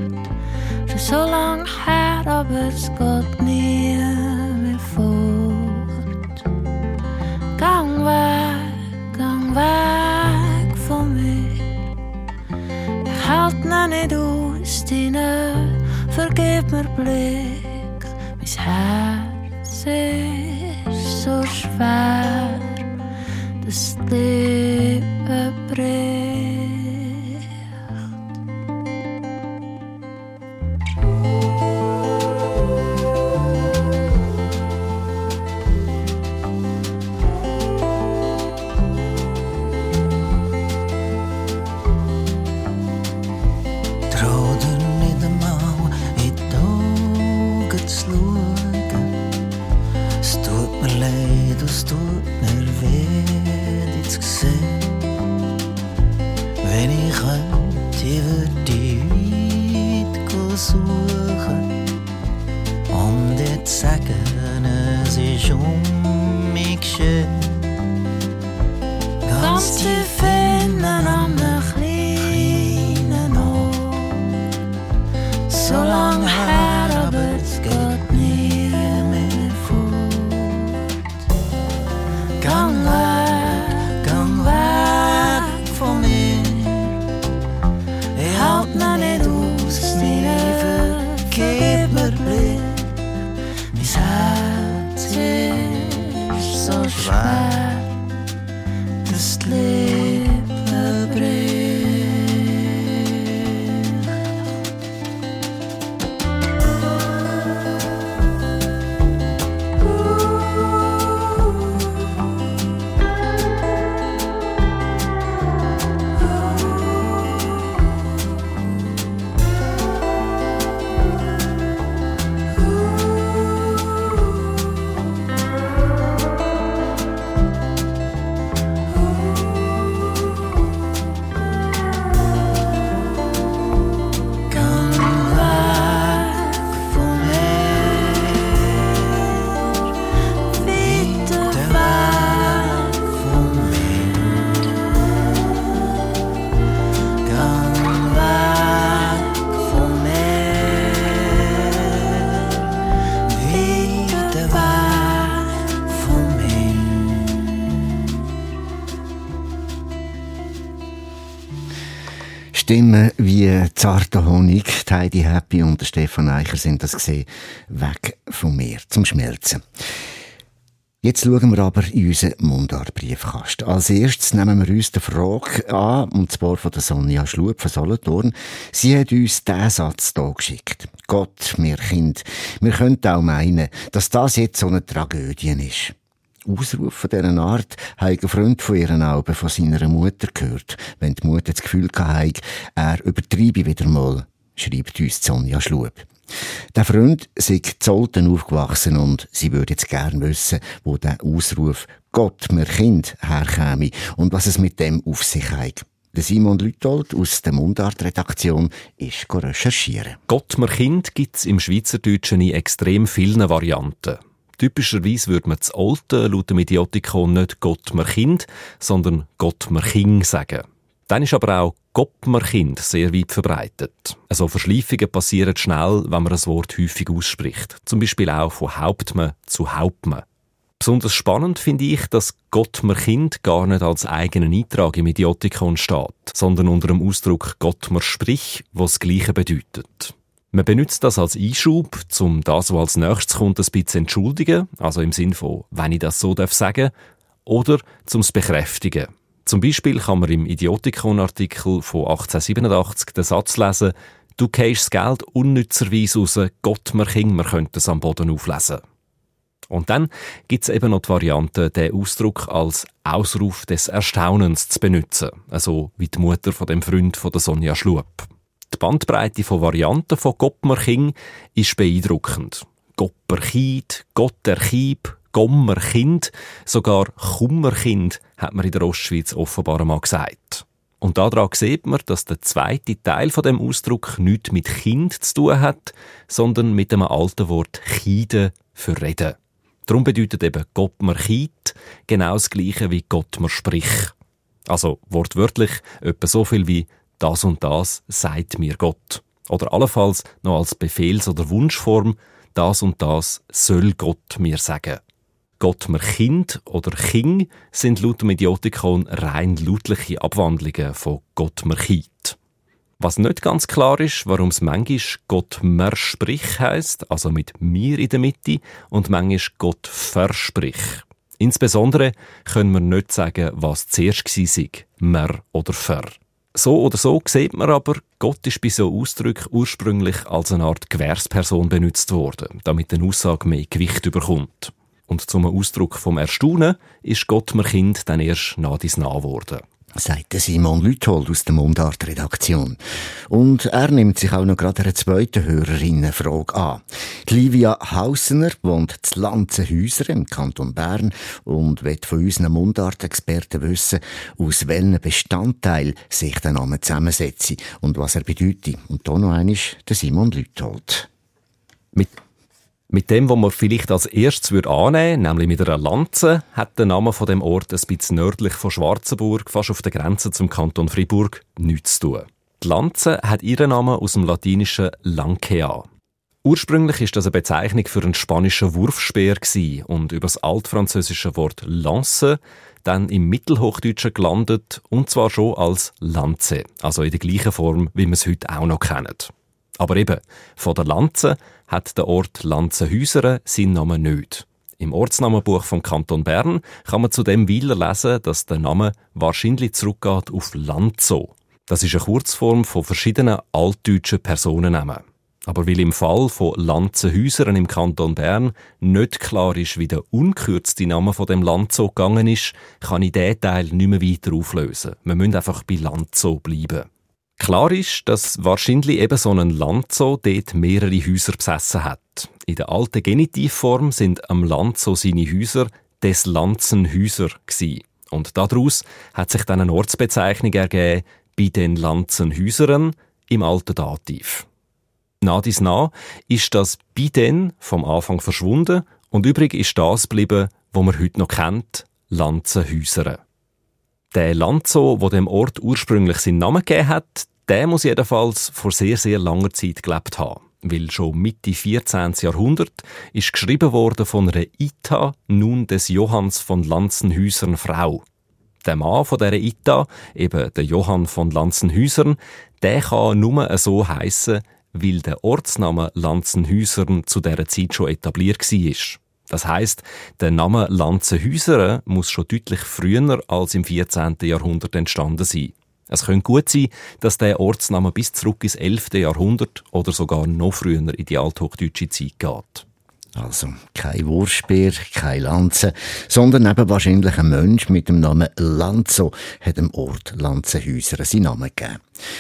So lang her, aber es geht nie mehr fort. Gang weg, gang weg von mir. Ich halt noch nicht aus deinen, vergib mir Blick. Mein Herz ist so schwer, dass die Liebe bricht. Gib mir Blick, mein Herz Stimmen wie zarter Honig, Heidi Happy und der Stefan Eicher sind das gesehen, weg von mir, zum Schmelzen. Jetzt schauen wir aber in unseren Mundartbriefkasten. Als erstes nehmen wir uns die Frage an, und zwar von der Sonja Schlup von Solothurn. Sie hat uns diesen Satz hier geschickt. Gott, wir Kind, wir könnten auch meinen, dass das jetzt so eine Tragödie ist. Ausruf von dieser Art hat ein Freund von ihren Augen von seiner Mutter gehört, wenn die Mutter das Gefühl hatte, er übertreibe wieder mal, schreibt uns Sonja Schlup. Der Freund sei Zolten aufgewachsen und sie würde jetzt gern wissen, wo der Ausruf «Gott, mir Kind» herkäme und was es mit dem auf sich hat. Der Simon Lütold aus der Mundart-Redaktion ist recherchieren. «Gott, mir Kind» gibt es im Schweizerdeutschen in extrem vielen Varianten. Typischerweise würde man das Alte laut dem Idiotikon nicht «Gott, mir Kind», sondern «Gott, mir King» sagen. Dann ist aber auch «Gott, mir Kind» sehr weit verbreitet. Also Verschleifungen passieren schnell, wenn man das Wort häufig ausspricht. Zum Beispiel auch von «Hauptmann» zu «Hauptmann». Besonders spannend finde ich, dass «Gott, mir Kind» gar nicht als eigenen Eintrag im Idiotikon steht, sondern unter dem Ausdruck «Gott, mir Sprich», was das Gleiche bedeutet. Man benutzt das als Einschub, um das, was als nächstes kommt, ein bisschen zu entschuldigen, also im Sinn von, wenn ich das so sagen darf, oder zum es bekräftigen. Zum Beispiel kann man im Idiotikon-Artikel von achtzehnhundertsiebenundachtzig den Satz lesen, «Du gehst das Geld unnützerweise raus, Gott, mir Kind, wir könnten es am Boden auflesen.» Und dann gibt es eben noch die Variante, den Ausdruck als Ausruf des Erstaunens zu benutzen, also wie die Mutter von dem Freund von der Sonja Schlup. Die Bandbreite von Varianten von «Gottmerking» ist beeindruckend. «Gopperchied», «Gotterchieb», «Gommerkind», sogar «Kummerkind» hat man in der Ostschweiz offenbar einmal gesagt. Und daran sieht man, dass der zweite Teil von dem Ausdruck nichts mit «Kind» zu tun hat, sondern mit dem alten Wort «chide» für «reden». Darum bedeutet eben «Gottmerchied» genau das Gleiche wie «Gottmer Sprich». Also wortwörtlich etwa so viel wie «Das und das sagt mir Gott». Oder allenfalls noch als Befehls- oder Wunschform «Das und das soll Gott mir sagen». «Gott mir Kind» oder «King» sind laut dem Idiotikon rein lautliche Abwandlungen von «Gott mir Chied». Was nicht ganz klar ist, warum es manchmal «Gott mir Sprich» heisst, also mit «mir» in der Mitte, und manchmal «Gott versprich». Insbesondere können wir nicht sagen, was zuerst war, «mer» oder «ver». So oder so sieht man aber, Gott ist bei so Ausdrücken ursprünglich als eine Art Gewährsperson benutzt worden, damit eine Aussage mehr Gewicht bekommt. Und zum Ausdruck vom Erstaunen ist Gott mir Kind dann erst nah dies nah geworden. Sagt Simon Lütold aus der Mundart-Redaktion. Und er nimmt sich auch noch gerade eine zweite Hörerinnenfrage an. Die Livia Hausener wohnt in Lanzenhäuser im Kanton Bern und will von unseren Mundart-Experten wissen, aus welchen Bestandteilen sich der Name zusammensetzt und was er bedeutet. Und da noch einmal der Simon Lütold. Mit Mit dem, was man vielleicht als erstes annehmen würde, nämlich mit einer Lanze, hat der Name von dem Ort ein bisschen nördlich von Schwarzenburg, fast auf der Grenze zum Kanton Fribourg, nichts zu tun. Die Lanze hat ihren Namen aus dem lateinischen Lancea. Ursprünglich ist das eine Bezeichnung für einen spanischen Wurfspeer und über das altfranzösische Wort Lance dann im Mittelhochdeutschen gelandet, und zwar schon als Lanze, also in der gleichen Form, wie wir es heute auch noch kennen. Aber eben, von der Lanze hat der Ort Lanzenhäuser seinen Namen nicht. Im Ortsnamenbuch vom Kanton Bern kann man zu dem Weiler lesen, dass der Name wahrscheinlich zurückgeht auf Lanzo. Das ist eine Kurzform von verschiedenen altdeutschen Personennamen. Aber weil im Fall von Lanzenhäusern im Kanton Bern nicht klar ist, wie der unkürzte Name von dem Lanzo gegangen ist, kann ich diesen Teil nicht mehr weiter auflösen. Wir müssen einfach bei Lanzo bleiben. Klar ist, dass wahrscheinlich eben so ein Lanzo dort mehrere Häuser besessen hat. In der alten Genitivform sind am Lanzo seine Häuser des Lanzenhäuser gsi. Und daraus hat sich dann eine Ortsbezeichnung ergeben, bei den Lanzenhäusern im alten Dativ. Nach dies nach ist das «bei den» vom Anfang verschwunden und übrig ist das geblieben, was man heute noch kennt, Lanzenhäuser. Der Lanzo, der dem Ort ursprünglich seinen Namen gegeben hat, der muss jedenfalls vor sehr, sehr langer Zeit gelebt haben. Weil schon Mitte vierzehnten Jahrhundert ist geschrieben worden von einer Ita, nun des Johanns von Lanzenhäusern Frau. Der Mann von dieser Ita, eben der Johann von Lanzenhäusern, der kann nur so heissen, weil der Ortsname Lanzenhäusern zu dieser Zeit schon etabliert war. Das heisst, der Name Lanzenhäusern muss schon deutlich früher als im vierzehnten Jahrhundert entstanden sein. Es könnte gut sein, dass der Ortsname bis zurück ins elften Jahrhundert oder sogar noch früher in die althochdeutsche Zeit geht. Also kein Wurstbier, keine Lanze, sondern eben wahrscheinlich ein Mensch mit dem Namen Lanzo hat dem Ort Lanzenhäusern seinen Namen gegeben.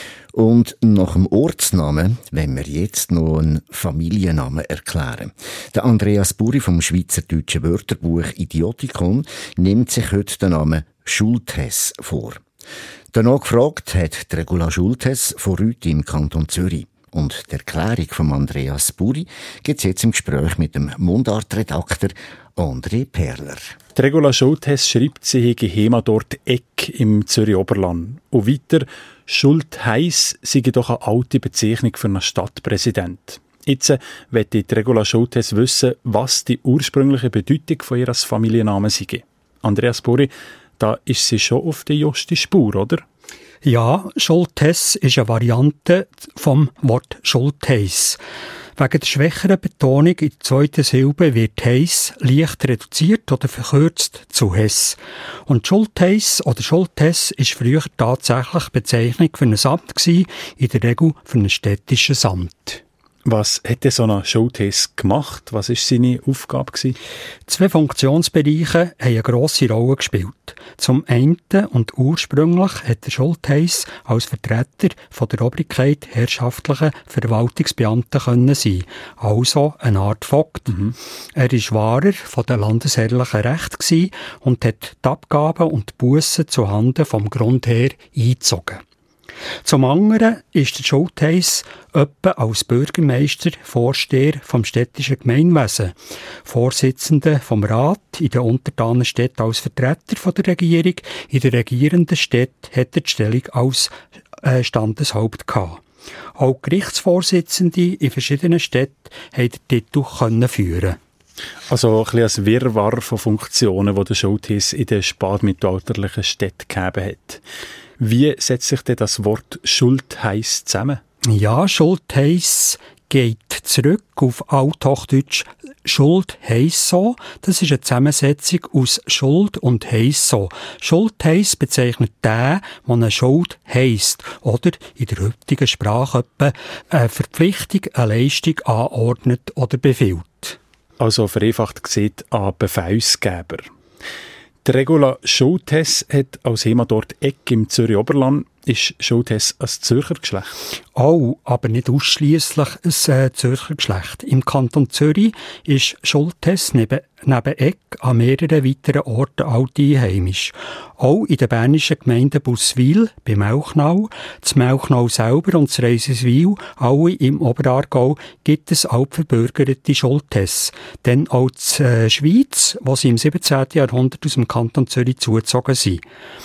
Und nach dem Ortsnamen wollen wir jetzt noch einen Familiennamen erklären. Der Andreas Buri vom Schweizerdeutschen Wörterbuch Idiotikon nimmt sich heute den Namen Schulthess vor. Danach gefragt hat die Regula Schulthess von Rüti im Kanton Zürich. Und die Erklärung von Andreas Buri gibt es jetzt im Gespräch mit dem Mundartredakteur André Perler. Die Regula Schulthess schreibt, sie hätte Heimatort Eck im Zürich Oberland. Und weiter, Schultheiss sei doch eine alte Bezeichnung für einen Stadtpräsident. Jetzt möchte die Regula Schulthess wissen, was die ursprüngliche Bedeutung von ihrer Familiennamen sei. Andreas Buri, da ist sie schon auf der justen Spur, oder? Ja, Schulthess ist eine Variante vom Wort Schultheiss. Wegen der schwächeren Betonung in der zweiten Silbe wird Heiss leicht reduziert oder verkürzt zu Hess. Und Schultheiss oder Schulthess ist früher tatsächlich Bezeichnung für ein Amt gewesen, in der Regel für ein städtisches Amt. Was hat so ein Schultheiss gemacht? Was war seine Aufgabe gewesen? Zwei Funktionsbereiche haben eine grosse Rolle gespielt. Zum einen und ursprünglich hat der Schultheiss als Vertreter von der Obrigkeit herrschaftlichen Verwaltungsbeamten können sein, also eine Art Vogt. Mhm. Er war Wahrer von den landesherrlichen Rechten und hat die Abgaben und die Bussen zuhanden vom Grundherr eingezogen. Zum anderen ist der Schultheiss etwa als Bürgermeister Vorsteher vom städtischen Gemeinwesen, Vorsitzender vom Rat in den untertanen Städten als Vertreter von der Regierung, in der regierenden Stadt hat er die Stellung als äh, Standeshaupt gehabt. Auch Gerichtsvorsitzende in verschiedenen Städten haben den Titel können führen. Also ein bisschen ein Wirrwarr von Funktionen, die der Schultheiss in den spätmittelalterlichen Städten gegeben hat. Wie setzt sich denn das Wort Schultheiss zusammen? Ja, Schultheiss geht zurück auf Althochdeutsch Schuld heiss so. Das ist eine Zusammensetzung aus Schuld und heiss so. Schultheiss bezeichnet den, der eine Schuld heisst oder in der heutigen Sprache eine Verpflichtung, eine Leistung anordnet oder befiehlt. Also vereinfacht gesagt an Befehlsgeber. Die Regula Schulthess hat als Heimatort Eck im Zürich Oberland. Ist Schulthess ein Zürcher Geschlecht? Auch, aber nicht ausschliesslich ein äh, Zürcher Geschlecht. Im Kanton Zürich ist Schulthess neben, neben Eck an mehreren weiteren Orten alteinheimisch. Auch in den bernischen Gemeinden Busswil, bei Melchnau, das Melchnau selber und das Reiseswil, alle im Oberaargau, gibt es altverbürgerte Schulthess. Denn auch die äh, Schweiz, wo sie im siebzehnten Jahrhundert aus dem Kanton Zürich zugezogen sind.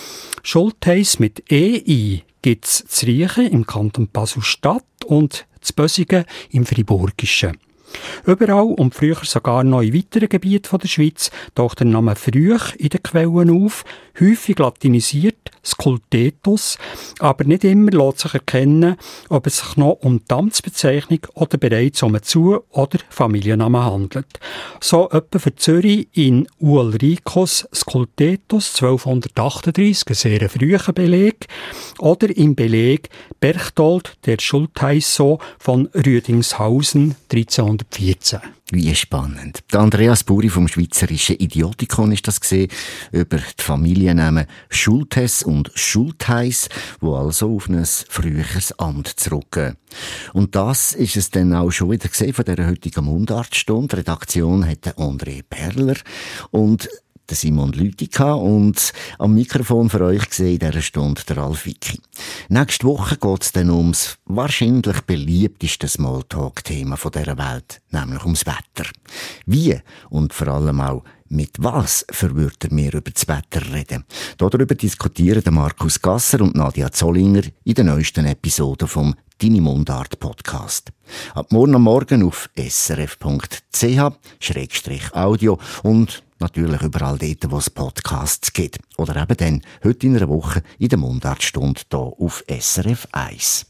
Schultheiss mit E I gibt es zu Riechen im Kanton Basel-Stadt und zu Bösigen im Friburgischen. Überall und früher sogar noch in weiteren Gebieten der Schweiz taucht der Name Früch in den Quellen auf, häufig latinisiert, Skultetus, aber nicht immer lässt sich erkennen, ob es sich noch um die Amtsbezeichnung oder bereits um einen Zu- oder Familiennamen handelt. So etwa für Zürich in Ulricus Skultetus zwölfhundertachtunddreissig, ein sehr früher Beleg, oder im Beleg Berchtold der Schultheisso von Rüdingshausen dreizehnhundertvierzehn. Wie spannend. Der Andreas Buri vom Schweizerischen Idiotikon ist das gesehen über die Familiennamen Schulthess und Schultheiss, wo also auf ein früheres Amt zurückgehen. Und das ist es dann auch schon wieder gesehen von dieser heutigen Mundartstunde. Die Redaktion hat André Perler und der Simon Lütika und am Mikrofon für euch gesehen in dieser Stunde der Ralf Wicki. Nächste Woche geht es dann ums wahrscheinlich beliebteste Smalltalk-Thema dieser Welt, nämlich ums Wetter. Wie und vor allem auch mit was für Wörter wir über das Wetter reden. Darüber diskutieren Markus Gasser und Nadia Zollinger in der neuesten Episode vom Deine Mundart Podcast. Ab morgen am Morgen auf s r f punkt c h Schrägstrich Audio und natürlich überall dort, wo es Podcasts gibt. Oder eben dann, heute in einer Woche, in der Mundartstunde hier auf S R F eins.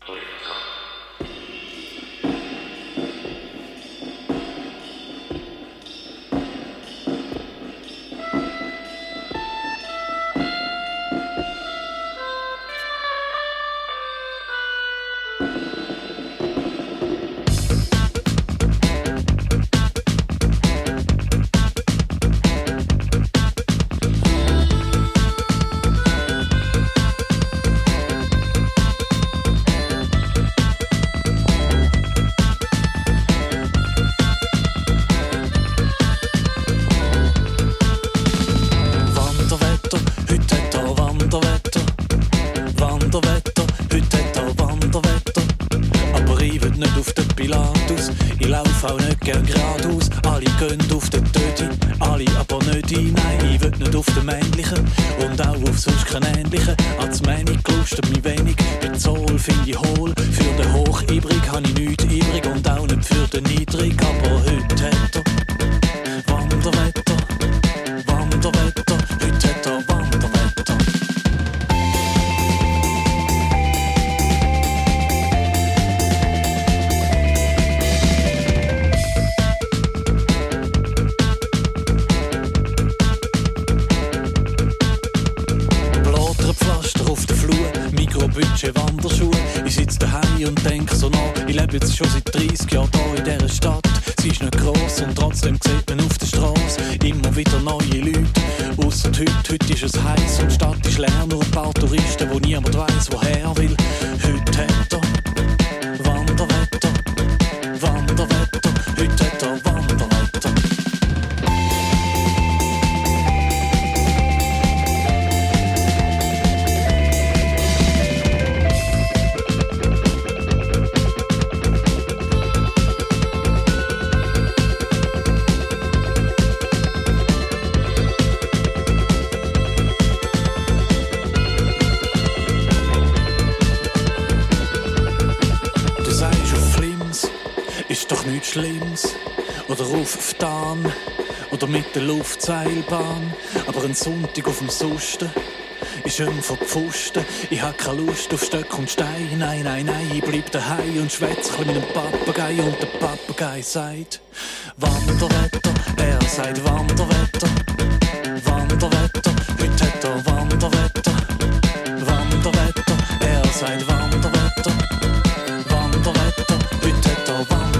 Luftseilbahn, aber ein Sonntag auf dem Susten ist schon verpfusten. Ich hab keine Lust auf Stöck und Stein. Nein, nein, nein, ich bleib daheim und schwätz mit dem Papagei. Und der Papagei sagt Wanderwetter, er sagt Wanderwetter, Wanderwetter, heute hat er Wanderwetter, Wanderwetter, er sagt Wanderwetter, Wanderwetter, heute hat er Wanderwetter.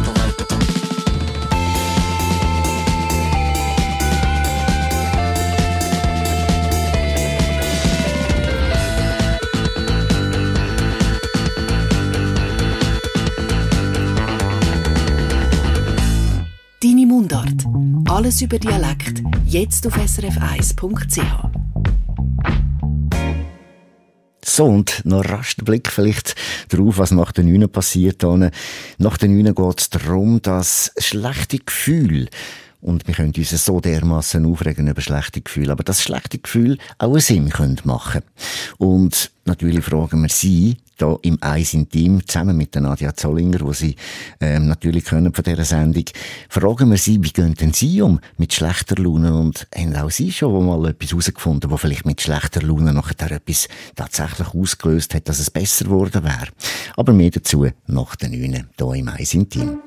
Deine Mundart. Alles über Dialekt. Jetzt auf s r f eins punkt c h. So, und noch rasch der Blick vielleicht darauf, was nach den Neun passiert. Nach den Neun geht es darum, dass schlechte Gefühle, und wir können uns so dermassen aufregen über schlechte Gefühle, aber dass schlechte Gefühle auch einen Sinn machen können. Und natürlich fragen wir Sie, hier im Eis Intim, zusammen mit der Nadia Zollinger, die Sie ähm, natürlich können von dieser Sendung, fragen wir Sie, wie gehen denn Sie um mit schlechter Laune, und haben auch Sie schon mal etwas herausgefunden, wo vielleicht mit schlechter Laune nachher etwas tatsächlich ausgelöst hat, dass es besser geworden wäre. Aber mehr dazu nach den Neun, hier im Eis Intim.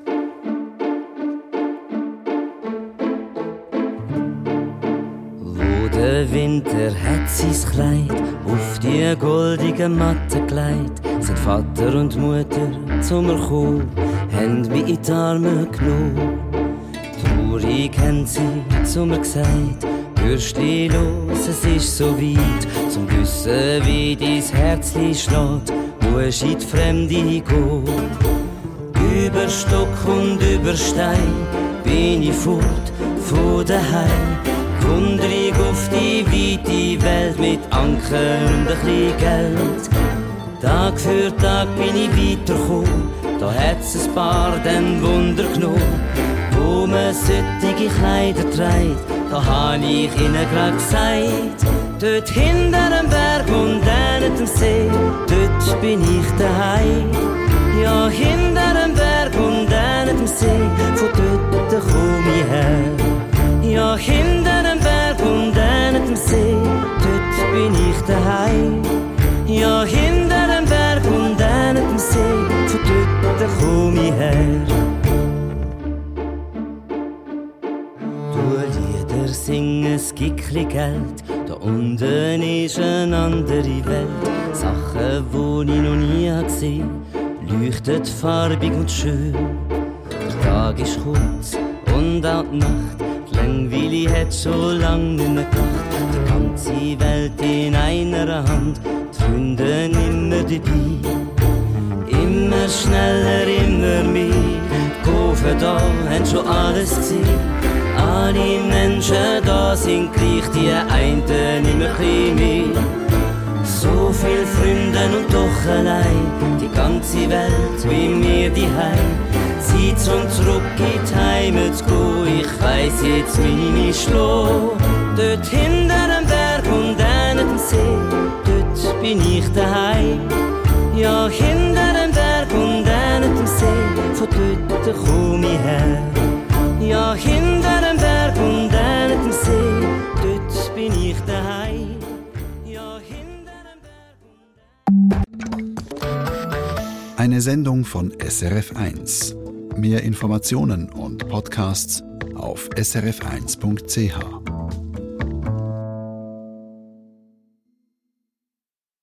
Der Winter hat sein Kleid auf die goldige Matte gelegt. Sind Vater und Mutter zu mir gekommen, haben mich in die Arme genommen. Traurig haben sie zu mir gesagt, Bürstli los, es ist so weit. Zum Wissen, wie dein Herzli schlägt, musst in die Fremde gehen. Über Stock und über Stein bin ich fort von daheim. Wunderig auf die weite Welt mit Anker und ein bisschen Geld. Tag für Tag bin ich weitergekommen, da hat's ein paar den Wunder genommen. Wo man solche Kleider trägt, da hab ich ihnen grad gesagt. Dort hinter dem Berg und an dem See, dort bin ich daheim. Ja, hinter dem Berg und an dem See, von dort komm ich her. Ja, hinter dem Berg bin ich daheim. Ja, hinter dem Berg und an dem See, von dort komm ich her. Du Lieder singen, es gibt chli Geld, da unten ist eine andere Welt. Sachen, die ich noch nie gesehen habe, leuchtet farbig und schön. Der Tag ist kurz und auch die Nacht, die Langweile hat schon lang nicht mehr gelacht. Die ganze Welt in einer Hand, die Freunde immer dabei. Immer schneller, immer mehr, die Kurven da haben schon alles gesehen. Alle Menschen da sind gleich, die einen immer ein mehr. So viel Freunde und doch allein, die ganze Welt wie mir die Heim. Zeit zum zurück in die Heimat zu gehen, ich weiss jetzt, wie ich schlaf. Dort hinter dem Berg und an dem See, dort bin ich daheim. Ja, hinter dem Berg und an dem See, von dort komm ich her. Ja, hinter dem Berg und an dem See, dort bin ich daheim. Ja, hinter dem Berg und Eine Sendung von S R F eins. Mehr Informationen und Podcasts auf s r f eins punkt c h.